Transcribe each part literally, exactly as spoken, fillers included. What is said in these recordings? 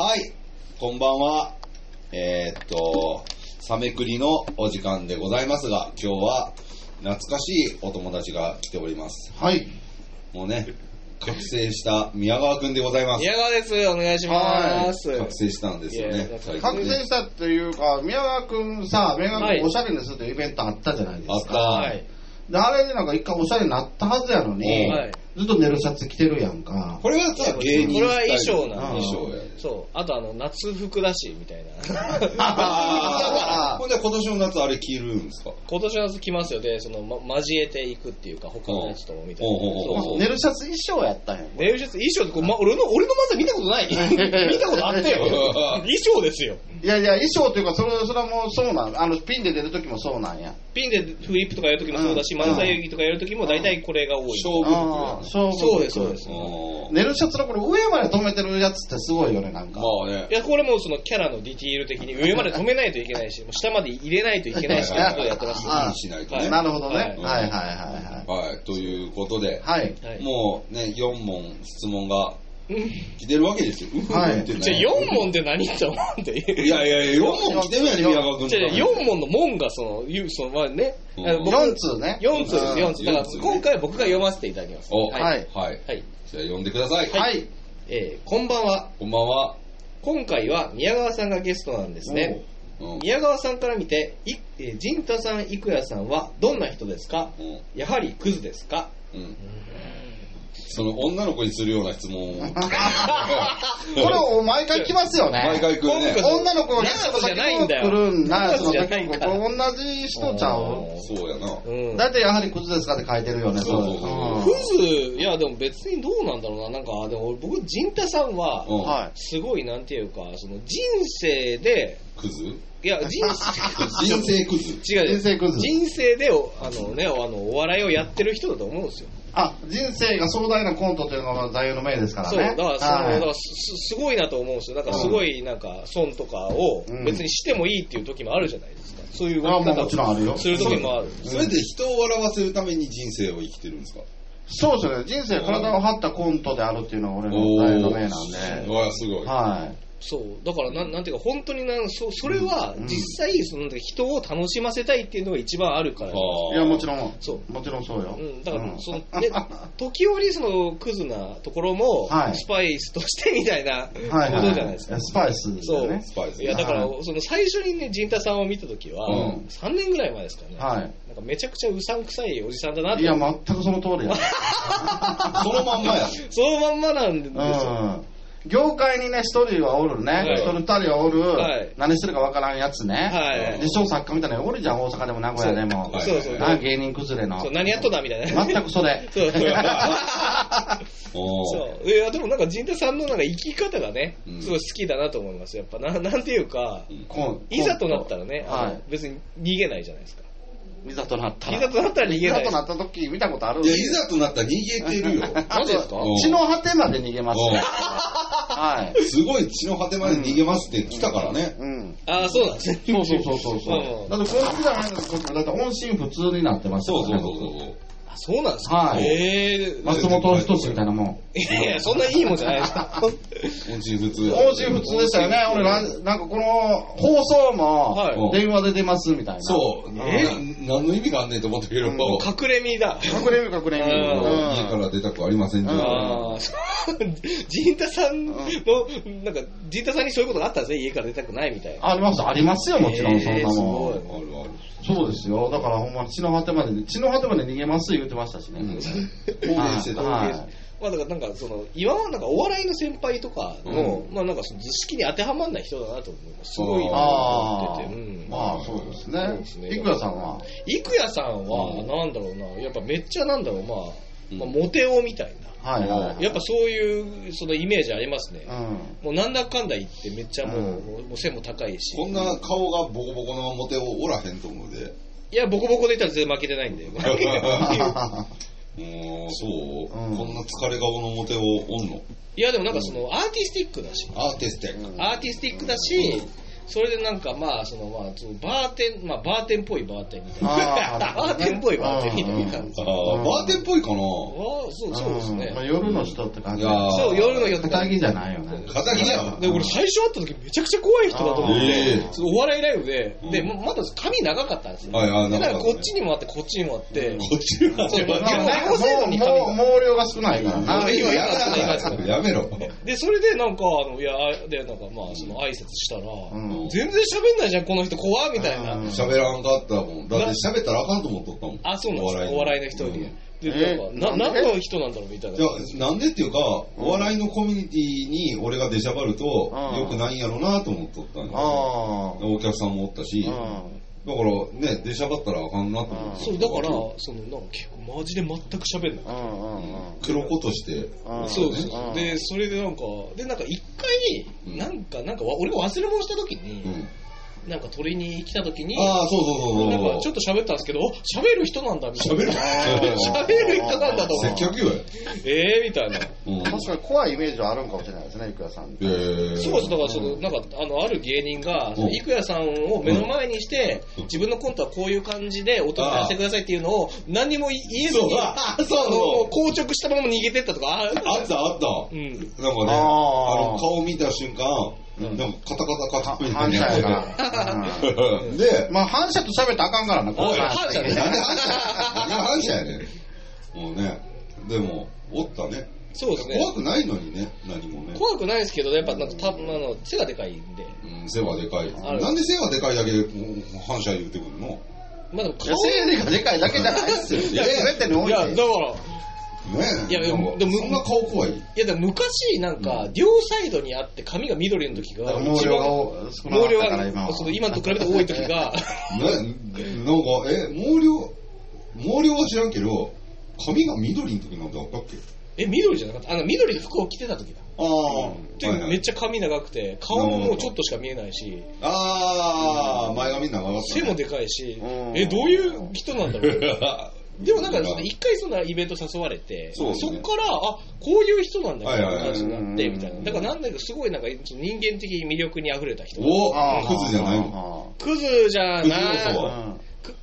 はい、こんばんは。えー、っとサメクリのお時間でございますが、今日は懐かしいお友達が来ております。 はい。 もうね、覚醒した宮川くんでございます。 宮川です。お願いします。 覚醒したんですよね。 覚醒したっていうか、宮川くんさ、宮川くんおしゃれにするというイベントあったじゃないですか。 あった。 はい。で、あれでなんか一回おしゃれになったはずやのに、はい、ずっとネルシャツ着てるやんか。 これはさ、芸人これは衣装なんで。衣装や。 そう。あとあの、夏服だし、みたいな。 ああ。ほんで今年の夏あれ着るんですか？ 今年の夏着ますよ。で、その、ま、交えていくっていうか、他のやつともみたいな。 そうそう。ネルシャツ衣装やったんや。 ネルシャツ衣装ってこう、ま、俺の、俺のまず見たことない見たことあったよ。衣装ですよ。 いやいや、衣装っていうか、それ、それはもうそうなん。あの、ピンで出るときもそうなんや。 ピンでフリップとかやるときもそうだし、漫才とかやるときも大体これが多い。 勝負服。 そうです、そうです。 ネルシャツのこれ上まで止めてるやつってすごいよね、なんか。 まあね。 いや、これもそのキャラのディティール的に上まで止めないといけないし、下まで入れないといけないし、ということでやってます。 ああ、しないとね。 なるほどね。はいはいはいはい。 はい、ということで、 はい。 もうね、よん問質問が来てるわけですよ。 はい。 じゃあよん問って何って思って。 いやいやいや、よん問来てるやん、宮川君。 じゃあよん問の問がその、そのまあね、 よん通ね。 よん通です、よん通。だから今回僕が読ませていただきます。 はい。はい。 はい。 じゃあ読んでください。 はい。 えー、こんばんは。 こんばんは。 今回は宮川さんがゲストなんですね。宮川さんから見て、い、えー、陣太さん、生谷さんはどんな人ですか？やはりクズですか？うん。 その女の子にするような質問を。これ毎回来ますよね。 毎回来るね。 女の子がゲスト先に来るんだ。その同じ人ちゃう？ そうやな。 だいたいやはりクズですかって書いてるよね。 そうそうそう。クズ、いやでも別にどうなんだろうな。なんか、でも僕、陣太さんは、すごいなんていうか、その人生で、 クズ？ いや、人生、 人生クズ。 違う。 人生クズ。 人生で、あのね、あの、お笑いをやってる人だと思うんですよ。 あ、人生が壮大なコントというのが座右の銘ですからね。 そう、だからその、はい、だからす、すごいなと思うんですよ。なんかすごい、なんか、損とかを別にしてもいいっていう時もあるじゃないですか。そういう動き方をする時もある。 それで人を笑わせるために人生を生きてるんですか？ そうですよね。人生体を張ったコントであるっていうのが俺の座右の銘なんで。 うわ、すごい。 はい。 そう。だからな、なんていうか、本当にな、そ、それは、実際、その、人を楽しませたいっていうのが一番あるから。いや、もちろん。 そう。 もちろんそうよ。 うん。だから、その、ね、時折、その、クズなところも、スパイスとしてみたいなことじゃないですか。 スパイスですね。 スパイス。 いや、だから、その、最初にね、陣太さんを見たときは、さんねんぐらい前ですからね。はい。なんかめちゃくちゃうさんくさいおじさんだなって。 いや、全くその通りや。 そのまんまや。 そのまんまなんですよ。 業界にね、一人はおるね。一人二人はおる。はい、何してるかわからんやつね。はい、自称作家みたいなのおるじゃん、大阪でも名古屋でも。 そうそうそう。芸人崩れの。 そう、何やっとだみたいな。 全くそれ。そう。 そう。いや、でもなんか陣太さんのなんか生き方がね、すごい好きだなと思います。やっぱな、なんていうか、いざとなったらね、はい、別に逃げないじゃないですか。 いざとなったら。 いざとなったら逃げない。 いざとなった時見たことある？ いや、いざとなったら逃げてるよ。 マジですか？ 血の果てまで逃げますよ。はい。すごい血の果てまで逃げますって来たからね。 うん。ああ、そうなんですね。 そうそうそうそう。だってこの時じゃないのだって音信不通になってますよね。そうそうそうそう。 そうなんですか？ はい。えー、松本人志みたいなもん。 いやいや、そんないいもんじゃないですか。 音信不通。 音信不通でしたよね。俺なんかこの放送も電話で出ますみたいな。 そう。えー、何の意味があんねんと思ったけど。 隠れ身だ。 隠れ身隠れ身。 家から出たくありませんけど。 陣太さんの、なんか、陣太さんにそういうことがあったんですね。家から出たくないみたいな。 あります、ありますよ、もちろん、そんなもん。 あるある。 そうですよ。だからほんま血の果てまで、血の果てまで逃げます言ってましたしね。 公言してた。 まあだからなんかその、今はなんかお笑いの先輩とかの、まあなんかその図式に当てはまらない人だなと思います。すごい思ってて。 まあそうですね。生谷さんは生谷さんは、なんだろうな、やっぱめっちゃなんだろう、まあ、モテ男みたいな。はいはい、やっぱそういうそのイメージありますね、うん、もうなんだかんだ言ってめっちゃもう、うん、もう背も高いし、 こんな顔がボコボコのモテをおらへんと思うで。 いやボコボコで言ったら全然負けてないんで。もうそう、 うん、こんな疲れ顔のモテをおんの？ いやでもなんかそのアーティスティックだし、 アーティスティック、 アーティスティックだし、 それでなんかまあそのまあそのバーテンまあバーテンっぽいバーテンみたいなバーテンっぽいバーテンみたいな感じ。 ああバーテンっぽいかな。あそうそうですね。 まあ夜の人って感じ。 そう夜の人って肩着じゃないよね。 肩着じゃん。 で俺最初会った時めちゃくちゃ怖い人だと思って、お笑いライブででまだ髪長かったんですよ。だからこっちにもあってこっちにもあって、 こっちにもあって。 毛量が少ないからな。 やめろ。 でそれでなんかあのいやでなんかまあその挨拶したら全然喋んないじゃんこの人怖みたいな。 喋らんかったもん。だって喋ったらあかんと思っとったもん。 あそうなんです。お笑いの人に。でなんかな何の人なんだろうみたいな。 じゃあなんでっていうかお笑いのコミュニティに俺が出しゃばるとよくないんやろうなと思っとったんだ。お客さんもおったし。だからね、出しゃばったらあかんなと思って。そう、だから、その、なんか結構マジで全く喋んない。 黒子として。 そうです。で、それでなんか、で、なんか一回、なんか、なんか、俺が忘れ物した時に、なんか取りに来た時に、 ああ、そうそうそう。 なんかちょっと喋ったんですけど、喋る人なんだみたいな。 喋る喋る人なんだと思う。接客よ。 ええみたいな。 確かに怖いイメージはあるんかもしれないですね、郁也さん。 そうです。だからそのなんかあのある芸人が郁也さんを目の前にして自分のコントはこういう感じで音出してくださいっていうのを何にも言えずに、そう硬直したまま逃げてったとかあったあった。うん。なんかね、あの顔見た瞬間。でもカタカタカタ反射やな。で、まあ反射と喋ったらあかんからな。 反射ね。 なんで反射？反射やね。もうね、でもおったね。 そうですね。 怖くないのにね、何もね。 怖くないですけど、やっぱなんかたあの背がでかいんで。 うん、背はでかい。なんで背がでかいだけで反射言ってくるの？ まあでも背がでかいだけじゃないですよ。いや全てにおいて。いやだから。 ねえ、いやでもそんな顔怖い。いやでも昔なんか両サイドにあって髪が緑の時が毛量が毛量がその今と比べて多い時がねなんかえ毛量毛量は知らんけど髪が緑の時なんてあったっけ？ え緑じゃなかったあの緑の服を着てた時だ。 ああ。 でめっちゃ髪長くて顔ももうちょっとしか見えないし。 ああ前髪長かった。 背もでかいしえどういう人なんだろう。でもなんか一回そんなイベント誘われて、そっからあこういう人なんだみたいな感じになってみたいな。だからなんだけどすごいなんか人間的魅力に溢れた人。 おクズじゃないの？ クズじゃない。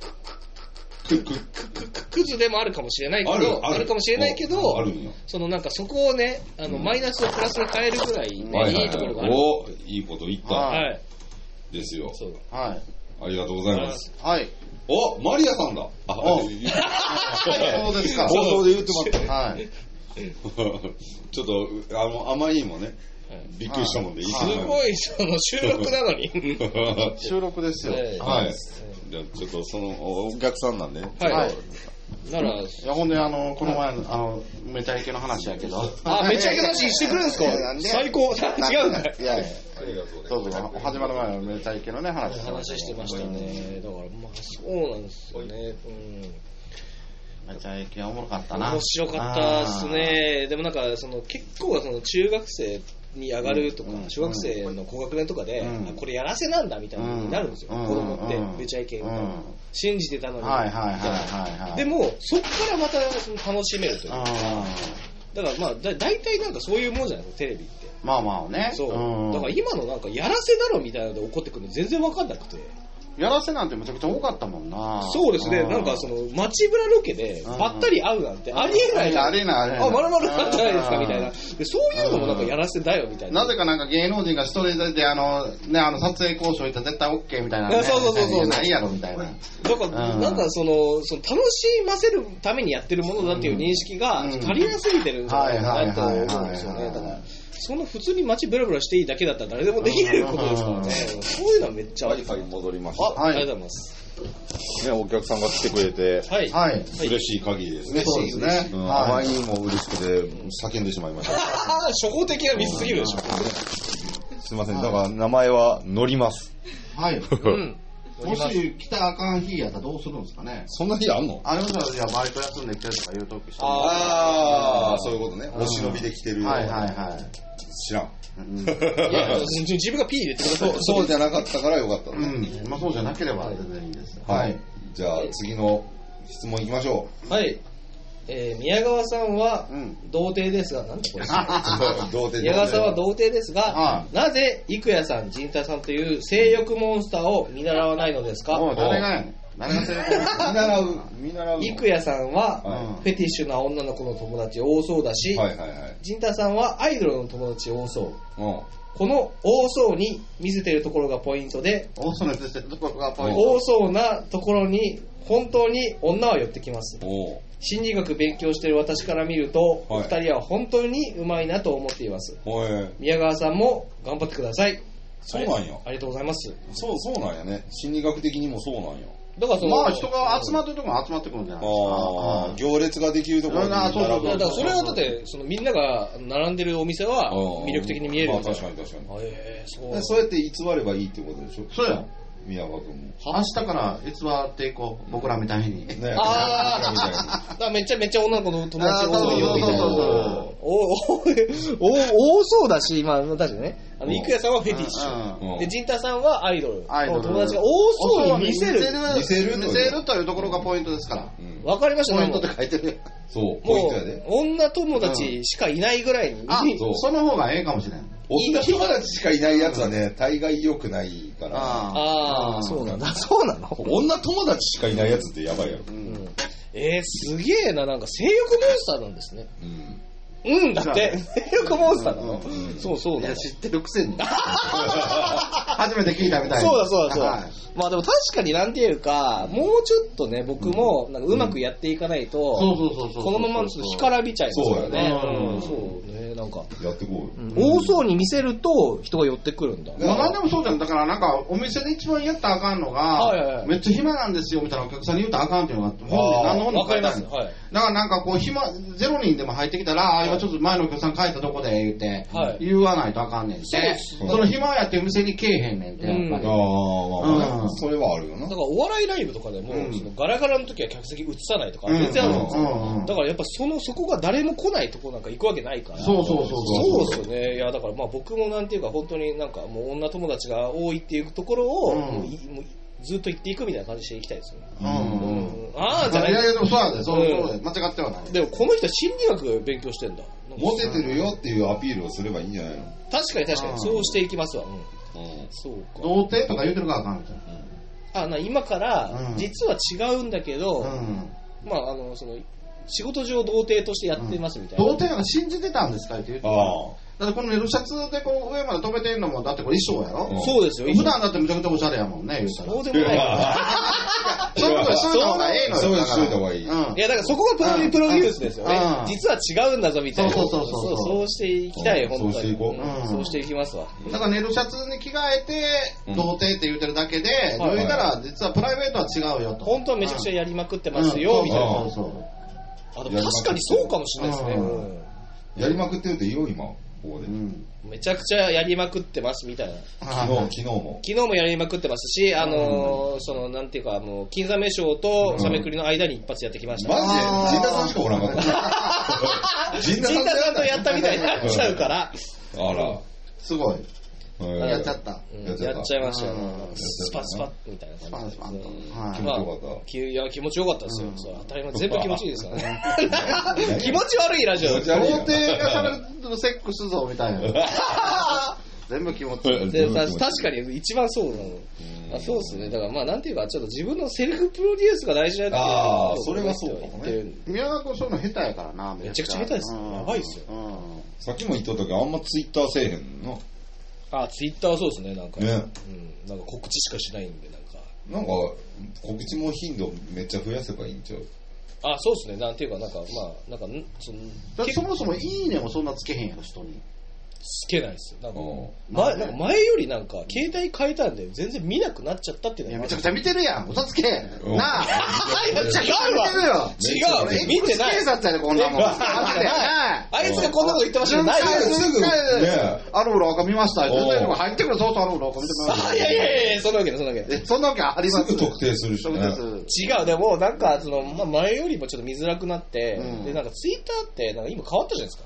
クズでもあるかもしれないけど、あるかもしれないけど、そのなんかそこをね、あのマイナスをプラスに変えるぐらいねいいところがある。 おいいこと言った。 はい。 ですよ。 はい。 ありがとうございます。 はい。 お、マリアさんだ。あ、 そうですか。 放送で言ってもらった。 はい。 ちょっと、あの、あまりにもね、びっくりしたもんで、 すごい、その収録なのに。 収録ですよ。 はい。じゃあ、ちょっと、その、お客さんなんでね。 はい。なら、いや、ほんで、あの、この前、あの、めちゃイケの話やけど。 あ、めちゃイケの話してくれるんですか？最高。違うんだ。いやいや。 そうそう、始まる前のめちゃイケのね、話話してましたね。だから、まあ、そうなんですよね。 めちゃイケはおもろかったな。 面白かったですね。でもなんか、その、結構、その、中学生に上がるとか、小学生の高学年とかで、これやらせなんだみたいになるんですよ。子供って、めちゃイケ信じてたのに。 はいはいはいはい。 でも、そっからまた楽しめるというか。だからまあ、だ大体なんかそういうもんじゃないですか、テレビって。 まあまあね。 そう。だから今のなんか、やらせだろみたいなので怒ってくるの全然わかんなくて。 やらせなんてめちゃくちゃ多かったもんな。 そうですね。なんかその、街ブラロケでばったり会うなんてありえない。 ありえないありえない。 あ、まるまるなんじゃないですかみたいな。で、そういうのもなんかやらせだよみたいな。 なぜかなんか芸能人が一人であの、ね、あの、撮影交渉行ったら絶対 OK みたいな。 そうそうそうそう。 何やろみたいな。 だから、なんかその、その楽しませるためにやってるものだっていう認識が足りなすぎてるんじゃないかなと思うんですよね。だからその普通に街ブラブラしていいだけだったら誰でもできることですからね。そういうのはめっちゃあり。 はい、戻りました。 ありがとうございます。 ね、お客さんが来てくれて、 はい、 はい、 嬉しい限りですね。 そうですね。 あまりにも嬉しくて叫んでしまいました。 初歩的なミスすぎるでしょ。 すいません。だから名前は乗ります。 はい。うん。もし来たらあかん日やったらどうするんですかね。 そんな日あんの？ あれもじゃあバイト休んで来てるとか言うときして。 ああ、そういうことね。お忍びで来てる。 はいはいはい。 知らん。 いや、自分が P 入れてください。 そうじゃなかったからよかったね。 うん。まあそうじゃなければ全然いいです。 はい。じゃあ次の質問いきましょう。はい。 えー、宮川さんは童貞ですが、なんだこれ宮川さんは童貞ですが、なぜ郁也さん、陣太さんという性欲モンスターを見習わないのですか？ おい、誰がやねん。誰が性欲モンスター見習う、 見習う。郁也さんはフェティッシュな女の子の友達多そうだし、陣太さんはアイドルの友達多そう。この多そうに見せてるところがポイントで、 多そうな見せてるところがポイント。 多そうなところに本当に女は寄ってきます。心理学勉強している私から見ると、お二人は本当にうまいなと思っています。宮川さんも頑張ってください。 そうなんや。 ありがとうございます。 そうそうなんやね。心理学的にもそうなんや。 だからそのまあ人が集まってるところに集まってくるんじゃないですか。 ああ、行列ができるところに並ぶ。 だからそれはだってそのみんなが並んでるお店は魅力的に見えるんですよ。まあ確かに確かに。 えー、 そう。そうやって偽ればいいってことでしょ。 そうや。 宮川君も明日から偽っていこう、僕らみたいにね。 ああ、だめっちゃめっちゃ女の子の友達多いよみたいな。多そうだし、まあ確かにね。あの郁也さんはフェティッシュで、陣太さんはアイドルの友達が多そうに見せる見せる見せるというところがポイントですから。 わかりました。 ポイントって書いてる。 そうポイントやで。 女友達しかいないぐらいに。 その方がええかもしれない。 女友達しかいないやつはね、大概良くないから。 ああ、そうなんだ。そうなの？ 女友達しかいないやつってやばいやろ。 えー、すげえな、なんか性欲モンスターなんですね。うん。うんだって、性欲モンスターなの？そうそうだ。 知ってるくせに。初めて聞いたみたいな。 そうだそうだそうだ。まあでも確かになんていうか、もうちょっとね、僕もなんかうまくやっていかないと、このままちょっと干からびちゃいますからね。そうね、なんか。 やってこうよ。 多そうに見せると人が寄ってくるんだ。 まあ何でもそうじゃん。だからなんかお店で一番やったらあかんのが、めっちゃ暇なんですよみたいなお客さんに言うとあかんっていうのがあって、何の本に書いてあるの。だからなんかこう暇、ゼロ人でも入ってきたら、あ、今ちょっと前のお客さん帰ったとこで言って、言わないとあかんねんって。その暇やってお店に来えへんねんって、やっぱり。 ああ、それはあるよな。 だからお笑いライブとかでも、そのガラガラの時は客席映さないとか全然あるんですよ。だからやっぱそのそこが誰も来ないとこなんか行くわけないから。 そうそうそうそう。そうですよね。いやだからまあ僕もなんていうか本当になんかもう女友達が多いっていうところをもうずっと行っていくみたいな感じで行きたいですよね。ああじゃない。 いやいやでもそうなんだよ。そう間違ってはない。 でもこの人は心理学勉強してんだ。 モテてるよっていうアピールをすればいいんじゃないの？ 確かに確かにそうしていきますわ。そうか。 童貞とか言うてるからあかんみたいな。 あな今から実は違うんだけど、まああのその仕事上童貞としてやってますみたいな。 童貞なんか信じてたんですかって言うと。だってこのネルシャツでこう上まで止めてるのもだってこれ衣装やろ。 そうですよ。 普段だってむちゃくちゃおしゃれやもんね。 そうでもない。 そういうことしといた方がええのよ。 そういうしといた方がいい。 いやだからそこがプロデュースですよね。実は違うんだぞみたいな。 そうそうそうそうしていきたい本当に。 そうしていこう。そうしていきますわ。 だからネルシャツに着替えて童貞って言ってるだけで、脱いだら実はプライベートは違うよと。 本当はめちゃくちゃやりまくってますよみたいな。そうそう。あでも確かにそうかもしれないですね。 やりまくってるっていいよ今。ここで、うん、 めちゃくちゃやりまくってますみたいな。 昨日昨日も昨日もやりまくってますし、あのーうん、そのなんていうかもう金ザメショーとサメクリの間に一発やってきました。 マジで陣田さんしかおらんかった。 陣田さんとやったみたいになっちゃうから。 あらすごい。やっちゃった。 やっちゃいましたよ。スパスパみたいな感じで。スパスパ。気持ちよかった。いや気持ちよかったですよ。当たり前全部気持ちいいですからね。気持ち悪いラジオ。 童貞がしゃべるセックス像みたいな。全部気持ちいい。 確かに一番そうなの。そうですね。だからまあなんていうかちょっと自分のセルフプロデュースが大事だって。 ああそれはそうかもね。 宮川君そういうの下手やからな。 めちゃくちゃ下手ですよ。やばいですよ。 さっきも言っとったけどあんまツイッターせえへんの。 あ、ツイッターはそうですね、なんか、ね、うん、なんか告知しかしないんで、なんか。 なんか、告知も頻度めっちゃ増やせばいいんちゃう？ あ、そうですね、なんていうか、なんか、まあ、なんか、そのそもそもいいねもそんなつけへんやろ、人に。 つけないですよ。なんか、前、なんか前よりなんか、携帯変えたんで、全然見なくなっちゃったっていうのは。めちゃくちゃ見てるやん、嘘つけ。なあ。 めっちゃ違うわ。違う、見てない。 警察やで、こんなもん。 あいつがこんなこと言ってましたよ。 ないすぐ、あるうろうか見ました。全然入ってくる、そうそうあるうろうか見てました。 いやいやいや、そんなわけない、そんなわけない。 そんなわけあります。 すぐ特定するしね。 違う、でも、なんか、その、まあ、前よりもちょっと見づらくなって、で、なんかツイッターって、なんか今変わったじゃないですか。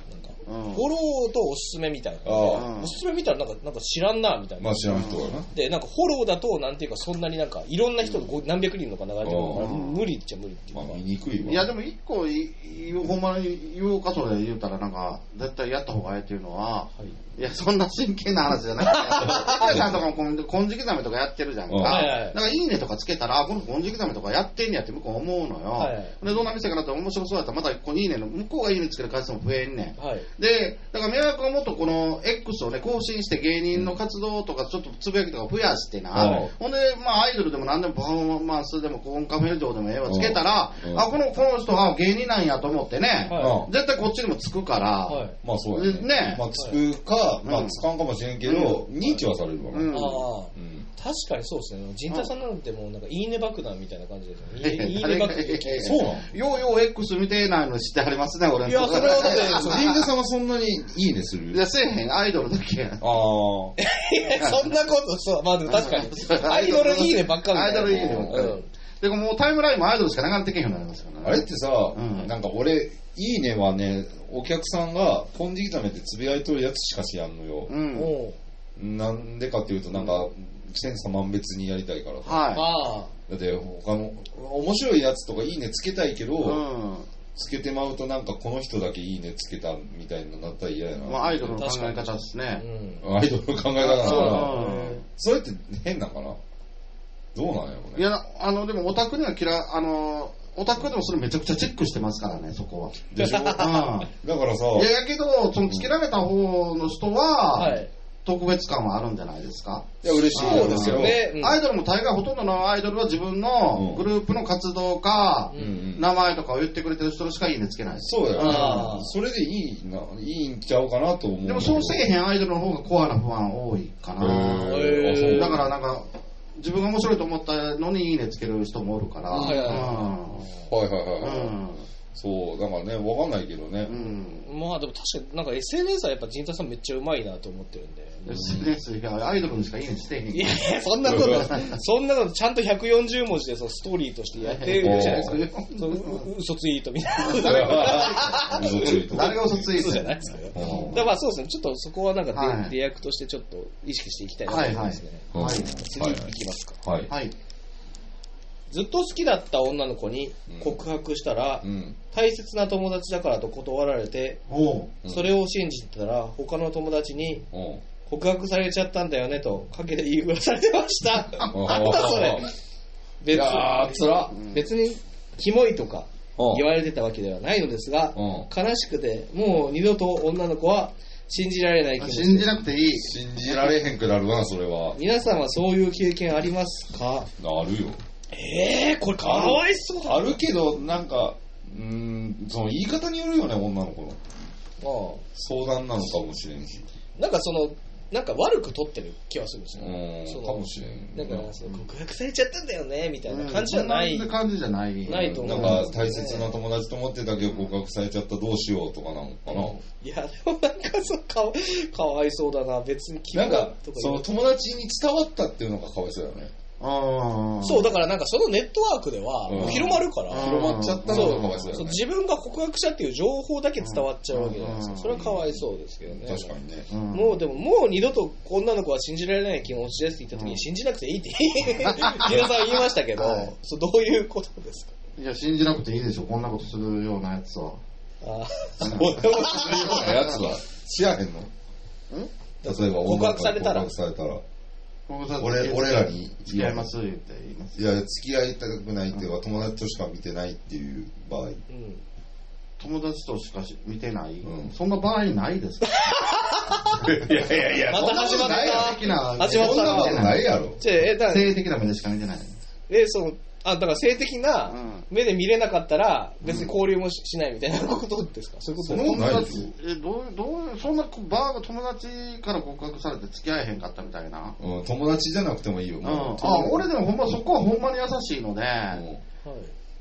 フォローとおすすめみたいな。おすすめ見たらなんか、なんか知らんな、みたいな。 まあ知らん人がな。 で、なんかフォローだと、なんていうか、そんなになんか、いろんな人が何百人のか流れてるから、無理っちゃ無理っていうか。 まあ見にくいわ。 いや、でも一個、ほんまに言おうかそれ言うたら、なんか、絶対やった方がいいっていうのは、いや、そんな真剣な話じゃなくて、池さんとかも金色ザメとかやってるじゃんか。だから、いいねとかつけたら、この金色ザメとかやってんねやって向こう思うのよ。で、どんな店かなって面白そうやったら、またこのいいねの、向こうがいいねつける回数も増えんねん。で、だから、宮川君はもっとこの X をね、更新して芸人の活動とか、ちょっとつぶやきとか増やしてな。ほんで、まあ、アイドルでも何でもパフォーマンスでも、コンカフェ上でもええわつけたら、あ、この、この人は芸人なんやと思ってね、絶対こっちにもつくから、 まあそうやね。まあつくか、まあつかんかもしれんけど、認知はされるわな。 確かにそうですね。陣太さんなんてもうなんかいいね爆弾みたいな感じですよね。いいね爆弾。 そうなの？ ようよう X 見てないの知ってはりますね、俺。 いや、それはだって、 陣太さんはそんなにいいねする？ いや、せえへん、アイドルだけ。ああ。 そんなこと、そう、まあでも確かに。アイドルいいねばっかり。 アイドルいいねばっかり。でももうタイムラインもアイドルしか流れてけへんようになりますからね。 あれってさ、なんか俺、いいねはね、お客さんが金色ザメってつぶやいとるやつしかしやんのよ。なんでかっていうと、なんか、千差万別にやりたいからさ。はい。だって他の面白いやつとかいいねつけたいけど、うん、つけてまうとなんかこの人だけいいねつけたみたいになったら嫌やな。 まあアイドルの考え方ですね。 うん、アイドルの考え方なのかな。それって変なんかな。どうなんやろうね。 いやあのでもオタクには嫌あの。オタクでもそれめちゃくちゃチェックしてますからね、そこは。 でしょ。うん、だからさ。 いや、やけど、そのつけられた方の人は、はい、特別感はあるんじゃないですか。 いや、嬉しいですよね。 アイドルも大概ほとんどのアイドルは自分のグループの活動か、うん、名前とかを言ってくれてる人しかいいねつけない。 そうだよね。それでいいな、いいんちゃうかなと思う。 でもそうせえへんアイドルの方がコアな不安多いかな。だからなんか、自分が面白いと思ったのにいいねつける人もおるから。はいはいはいはい。そう、だからね、わかんないけどね。 うん、まあでも確かになんか エスエヌエス はやっぱ陣太さんめっちゃうまいなと思ってるんで。 エスエヌエス がアイドルにしかいいねしてへん。 いやいや、そんなこと、そんなことちゃんとひゃくよんじゅうもじでそのストーリーとしてやってるじゃないですか。そ嘘ツイートみたいな。 誰が嘘ツイートじゃないですか。だからまあそうですね、ちょっとそこはなんか出役としてちょっと意識していきたいなと思いますね。はい。次いきますか。はい。はい。ずっと好きだった女の子に告白したら、うん、大切な友達だからと断られて、うん、それを信じてたら他の友達に告白されちゃったんだよねと陰で言いふらされてました。なんだそれ。別に別にキモいとか言われてたわけではないのですが、悲しくてもう二度と女の子は信じられない気持ち。 信じなくていい。 信じられへんくなるな、それは。 皆さんはそういう経験ありますか？ あるよ。 ええー、これかわいそうだ。 あるけど、なんか、うーん、その言い方によるよね、女の子の。ああ。相談なのかもしれんし。 なんかその、なんか悪く取ってる気はするんですよ。 うん、かもしれん。 だからその告白されちゃったんだよねみたいな感じじゃない。 そんな感じじゃない。 ないと思う。 なんか大切な友達と思ってたけど告白されちゃったどうしようとかなのかな。うん、 いやでもなんかそうかかわいそうだな、別になんかその友達に伝わったっていうのがかわいそうだよね。 あそうだからなんかそのネットワークではもう広まるから、 広まっちゃったのがかわいそうだよね。 自分が告白したっていう情報だけ伝わっちゃうわけじゃないですか。それはかわいそうですけどね。 確かにね。 もうでももう二度と女の子は信じられない気持ちですって言った時に信じなくていいって皆さん言いましたけど、そうどういうことですか？ いや信じなくていいでしょ、こんなことするようなやつは。 ああ、こんなことするようなやつはしやへんの？ん？例えば告白されたら。 告白されたら。俺, 俺らに付き合います言って言います。 いや付き合いたくないっていうか、うん、友達としか見てないっていう場合、うん、 友達としか見てない、うん、そんな場合ないですか？ いやいやいや、 また始まった。 始まった。 そんなことないやろ。 性的な目でしか見てない。 え、そう。あ、だから性的な目で見れなかったら別に交流も し,、うん、しないみたいなことですか？そういうことですか？ ないですよ。え、どうどうそんなバーが友達から告白されて付き合えへんかったみたいな。 うん、友達じゃなくてもいいよ。うん、 あ、俺でもほんまそこはほんまに優しいので、うん、はい、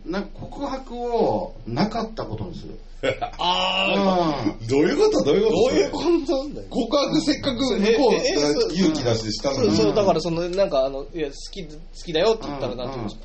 なんか告白をなかったことにする。 ああ、 うん、どういうことどういうことどういうことなんだよ。 告白せっかく向こう勇気出してしたのに。 そう、そうだからそのなんかあのいや好き好きだよって言ったらなんて言うんですか。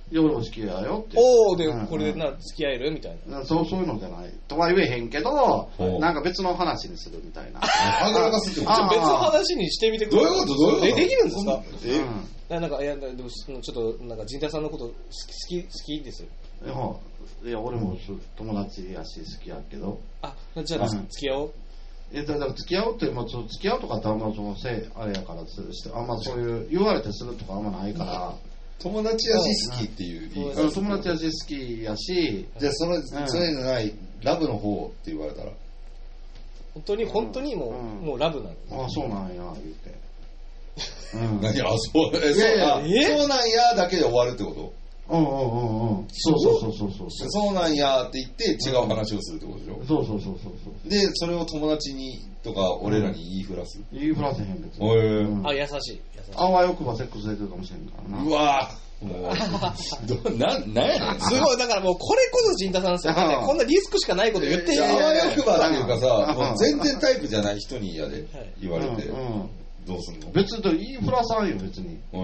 いや、俺も好きやよって。 おー、で、うん、これでな、付き合えるみたいな。 そう、そういうのじゃない。とは言えへんけど、なんか別の話にするみたいな。 はぐらかすってこと？ 別の話にしてみてください。 どういうことどういうこと？ え、できるんですか？ え、 うん、なんか、いや、でも、ちょっと、なんか、陣太さんのこと好き、好きですよ。 いや、俺も友達やし好きやけど。 あ、じゃあ、付き合おう。 いや、だから付き合うって、まあ、付き合うとかってあんまそのせいあれやからするして、あんまそういう言われてするとかあんまないから。 友達やし好きっていう言い方。 友達やし好きやし。 じゃあその、うん、そういうのないラブの方って言われたら。 本当に本当にもう、うん、もうラブなの。あ、そうなんや言うて。 うん、何あ、そう、え、そう、えそうなんやだけで終わるってこと？ うんうんうんうん。そうそうそうそうそう。 そうなんやって言って違う話をするってことでしょ？ そうそうそうそう。 で、それを友達にとか俺らに言いふらす？ 言いふらせへん別に。 うん、あ、優しい。優しい。 あわよくばセックス出てるかもしれんからな。 うわぁ。もう、な、なんやねん。 すごい、だからもうこれこそ陣太さんですよ。こんなリスクしかないこと言ってんじゃん。 あわよくばっていうかさ、もう全然タイプじゃない人に嫌で言われて。どうすんの？ 別に言いふらさんよ別に。 うん、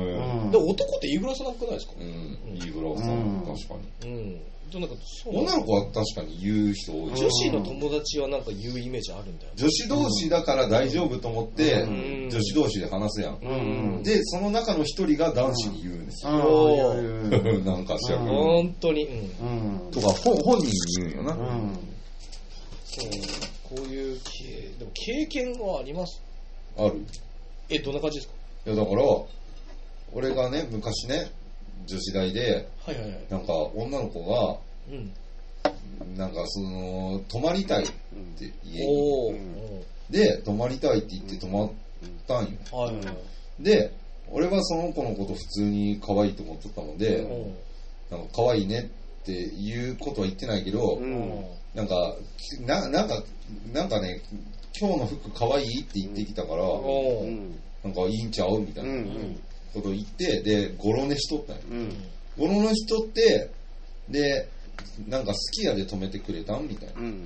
で男って言いふらさなくないですか？ うん、言いふらさん、うん、確かに。うん。 なんか女の子は確かに言う人多い。 女子の友達はなんか言うイメージあるんだよ。 女子同士だから大丈夫と思って、うん、女子同士で話すやん。うん、でその中の一人が男子に言うんですよ。うん、なんかしら。 本当に。 うん。とか本本人に言うんよな。うん。 そうこういうでも経験はあります？ ある。 え、どんな感じですか？ いやだから俺がね昔ね女子大で、はいはいはい、なんか女の子が、うん、なんかその泊まりたいって家に、うん、で泊まりたいって言って泊まったんよ、うんはいはい、で俺はその子のこと普通に可愛いと思ってたので、うん、なんか可愛いねっていうことは言ってないけど、うん、なんかななんかなんかね今日の服可愛いって言ってきたから、うん、なんかいいんちゃうみたいなことを言って、でゴロ寝しとったんよ、うん、ゴロ寝しとってでなんか好きやで止めてくれたんみたいな、うんうんうん、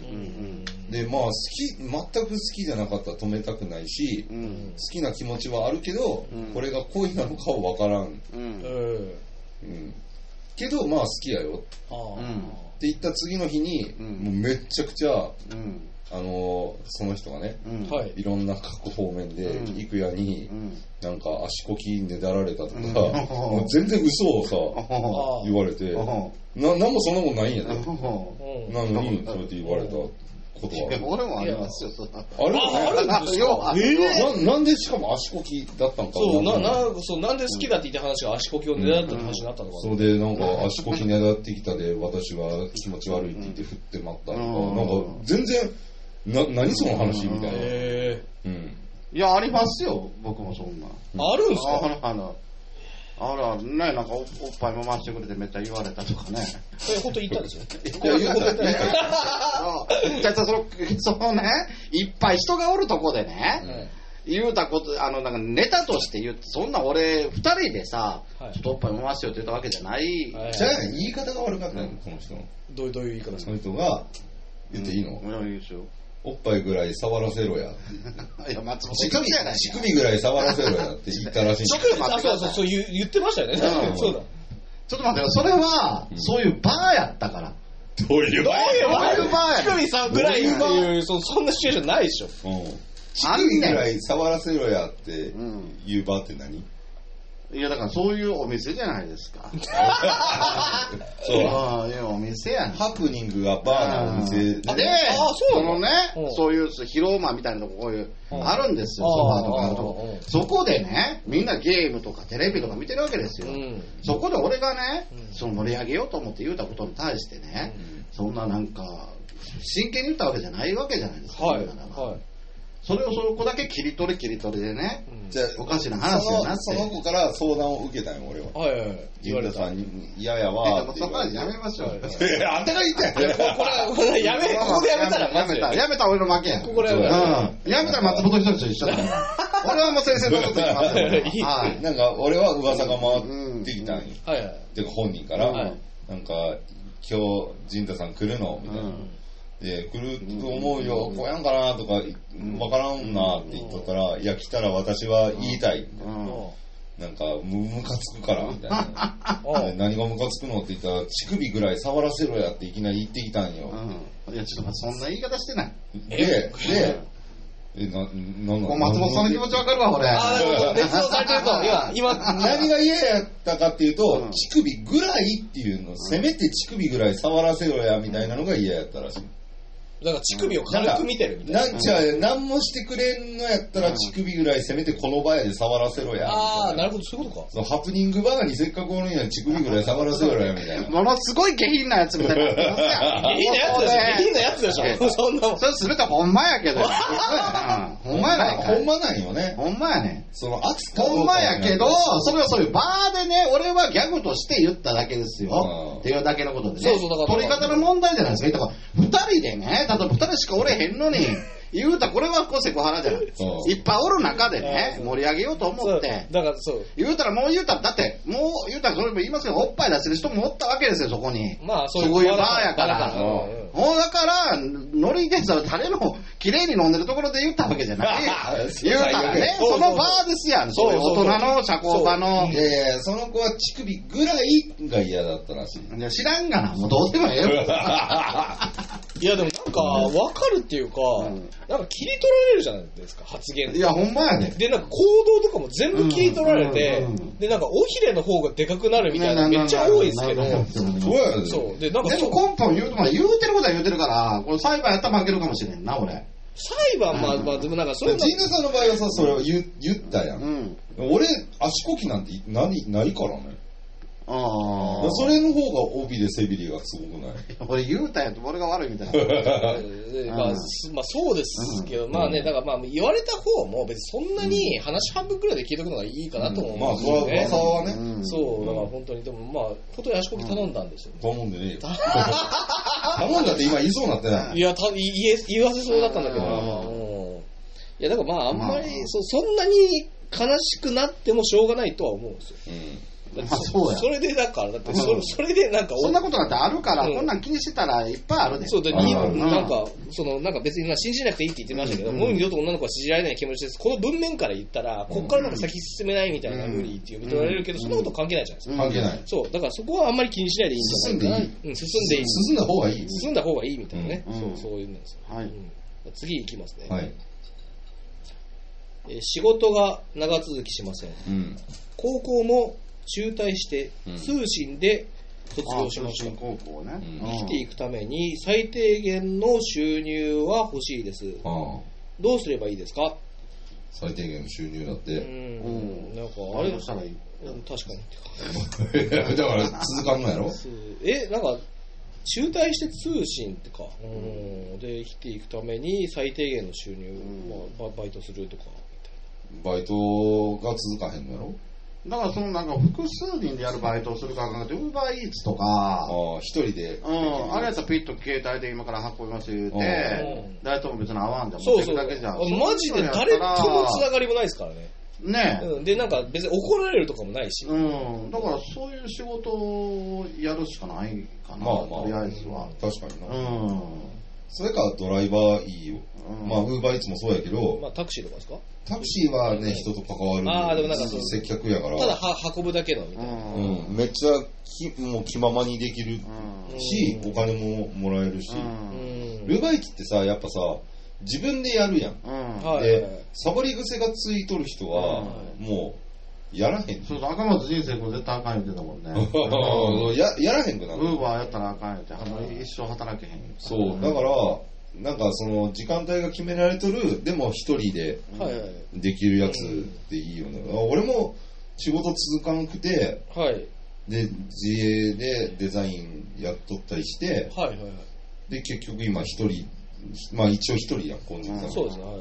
でまあ好き全く好きじゃなかったら止めたくないし、うん、好きな気持ちはあるけど、うん、これが恋なのかは分からん、うんうん、けどまあ好きやよって言った次の日に、うん、もうめっちゃくちゃ、うんあのー、その人がね、うん、いろんな各方面で幾夜に、うん、なんか足こきねだられたとか、うん、もう全然嘘をさ言われてな何もそんなことないんやで、ね、なのにそうやって言われたことはある。 俺もありますよ。そあれあるんですか？えー、な, なんでしかも足こきだったんか。 そうななそうなんで好きだって言った話が足こきをねだった話になったのかな。 それでなんか足こきねだってきたで私は気持ち悪いって言って振ってまったとか、なんか全然な何その話みたいな。へー、うん。いやありますよ僕もそんな。 あるんすか？ あのあらね、なんか お, おっぱいも回してくれてめっちゃ言われたとかね。 それ本当に言ったんですよ。 いや言ったんですよ。じゃあそのそのねいっぱい人がおるとこでね、うん、言うたことあのなんかネタとして言ってそんな俺二人でさ、はい、ちょっとおっぱいも回してよって言ったわけじゃない。 はい、じゃあ言い方が悪かったの、うん、この人の。 どういうどういう言い方ですか？ その人が言っていいの？ うん、いいですよ。 おっぱいぐらい触らせろや。 いや、松本乳首乳首ぐらい触らせろやって言ったらしい。 ちょっと待ってください。そうそうそう言ってましたよね。うん、そうだ。 ちょっと待ってよ。それは、うん、そういうバーやったから。 どういうバーや？どういうバーや？乳首さんぐらいっていうそそんなシチュエーションないでしょ。うん。 乳首ぐらい触らせろやっていうバーって何？ いやだからそういうお店じゃないですか。そう。ああ、いやお店やん。 ハプニングがバーのお店で。 で、あそうそのね、そういう広間みたいなとここういうあるんですよ。ソファーとかあるとこ。そこでね、みんなゲームとかテレビとか見てるわけですよ。うん、そこで俺がね、その盛り上げようと思って言うたことに対してね、うん、そんななんか真剣に言ったわけじゃないわけじゃないですか。はい。はいそれをその子だけ切り取り切り取りでね、うん、じゃあおかしな話やなってその子から相談を受けたんよ俺は。はいはいはい。言われたん嫌やわーって言われて。 やめましょう。 あんたが言ったやん。 これこれやめここでやめたらやめたやめた俺の負けや。 ここでやめた。 うん。やめたら松本人志と一緒だ。俺はもう先生のこと言いますよ。 はい。なんか俺は噂が回ってきたんよ。はいはい。てか本人からなんか今日陣太さん来るのみたいな。で来ると思うよ、来やんかなとか分からんなって言っとったら、いや来たら私は言いたい、うん、 なんかむむかつくからみたいな何がむかつくのって言ったら乳首ぐらい触らせろやっていきなり言ってきたんよ、 うん、いやちょっとそんな言い方してないででえななんな松本さんの気持ちわかるわ俺。 ああ熱造されてると今今何が嫌やったかっていうと、うん、乳首ぐらいっていうの、うん、せめて乳首ぐらい触らせろやみたいなのが嫌やったらしい。 だから乳首を軽く見てるみたいな。 なんじゃ何もしてくれんのやったら乳首ぐらいせめてこの場やで触らせろや。 ああ、なるほど、そういうことか。 そのハプニングバーにせっかくおるんや乳首ぐらい触らせろやみたいな。 ものすごい下品なやつみたいな。下品なやつでしょ。下品なやつでしょ。そんなもん。 それするとほんまやけど。ほんまやないか。 ほんまなんよね。 ほんまやね。 その扱ほんまやけど、それはそういうバーでね、俺はギャグとして言っただけですよ。っていうだけのことでね。そうそう、だから。取り方の問題じゃないですか。だから、二人でね、例えば二人しかおれへんのに、言うたらこれはこうセクハラじゃない。いっぱいおる中でね、盛り上げようと思って。 だからそう。 言うたらもう言うたら、だって、もう言うたらそれも言いますけど、おっぱい出してる人もおったわけですよ、そこに。 まあ、 そういうバーやから。もうだから、ノリでさ、誰の綺麗に飲んでるところで言ったわけじゃない。言うたらね、そのバーですやん。そういう大人の社交場の。 いやいや、その子は乳首ぐらいが嫌だったらしい。 いや、知らんがな、もうどうでもええよ。 いやでもなんか分かるっていうか、うん、なんか切り取られるじゃないですか発言。 いやほんまやね。 でなんか行動とかも全部切り取られて、うんうんうん、でなんか尾ひれの方がでかくなるみたいなめっちゃ多いですけど。 そうやね。 そうでなんかでも根本言うとま言うてることは言うてるから、これ裁判やったら負けるかもしれんな俺。 裁判まあまあでもなんかそれ。 陣内さんの場合はさそれを言言ったやん。うん、俺足こきなんて何ないからね。ああ。それの方が帯で背びりがすごくない？ 俺言うたんやと俺が悪いみたいな。 まあ、まあそうですけど、うん、まあね、だからまあ言われた方も別にそんなに話半分くらいで聞いとくのがいいかなと思うんですよね。 まあ、それはね。 うん、そう、だから本当に、でもまあ、本当に足こき頼んだんですよ。 頼んでねえよ。頼んだって今言いそうになってない。 いや、た言え言わせそうだったんだけど、まあ、うん。いや、だからまああんまり、まあ、そ, そんなに悲しくなってもしょうがないとは思うんですよ。うんまあ、そうやそれでだからだってそれ、うん、それでなんかそんなことなんてあるから、うん、こんなん気にしてたらいっぱいあるで。 そうで、うん、なんかそのなんか別に信じなくていいって言ってましたけど、もう二度と女の子は信じられない気持ちです。この文面から言ったらこっからなんか先進めないみたいな無理っていう認められるけど、そんなこと関係ないじゃないですか。 関係ない。 そうだからそこはあんまり気にしないでいいんじゃないかな。進んでいい。うん、進んでいい。 進んだ方がいい。 進んだ方がいいみたいなね。そうそういうんですよ。はい。次いきますね。はい。え仕事が長続きしません。うん、高校も中退して通信で卒業しました。高校ね、生きていくために最低限の収入は欲しいです。ああどうすればいいですか？ 最低限の収入だって。うん。 なんかあれしたらいい。確かに。 だから続かんのやろ？ え、なんか中退して通信ってか。うん。で生きていくために最低限の収入、まあ、バイトするとかみたいな。バイトが続かへんのやろ？ だからそのなんか複数人でやるバイトをするか考えて、ウーバーイーツとか、ああ一人で、 うん、あれやったらピッと携帯で今から運びます言うて、誰とも別に会わんでも持ってくだけじゃん。 そうそうマジで誰ともつながりもないですからね。ねえ、うん、でなんか別に怒られるとかもないし、 うん、だからそういう仕事をやるしかないかな、まあまあ、とりあえずは。 確かにな。うん。それかドライバーいいよ。うん、まあウーバーイーツもそうやけど、 まあタクシーとかですか？ タクシーはね、人と関わる。 ああ、でもなんかそう。 接客やから。 ただは運ぶだけのみたいな。 うん。めっちゃきもう気ままにできるし、お金ももらえるし。ルーバーイーツってさ、やっぱさ、自分でやるやん。うん、で、サボり癖がついとる人は、もう、やらへん。 そうそう、赤松人生これ絶対あかん言ってたもんね。 ややらへんくなる。 ウーバーやったらあかん言って、一生働けへん。 そう、だから、なんかその時間帯が決められとる、でも一人でできるやつでいいよね。俺も仕事続かんくて、はい、で自営でデザインやっとったりして、はいはいはい、で結局今一人、まあ一応一人やん、こんにちは。そうですね。はい、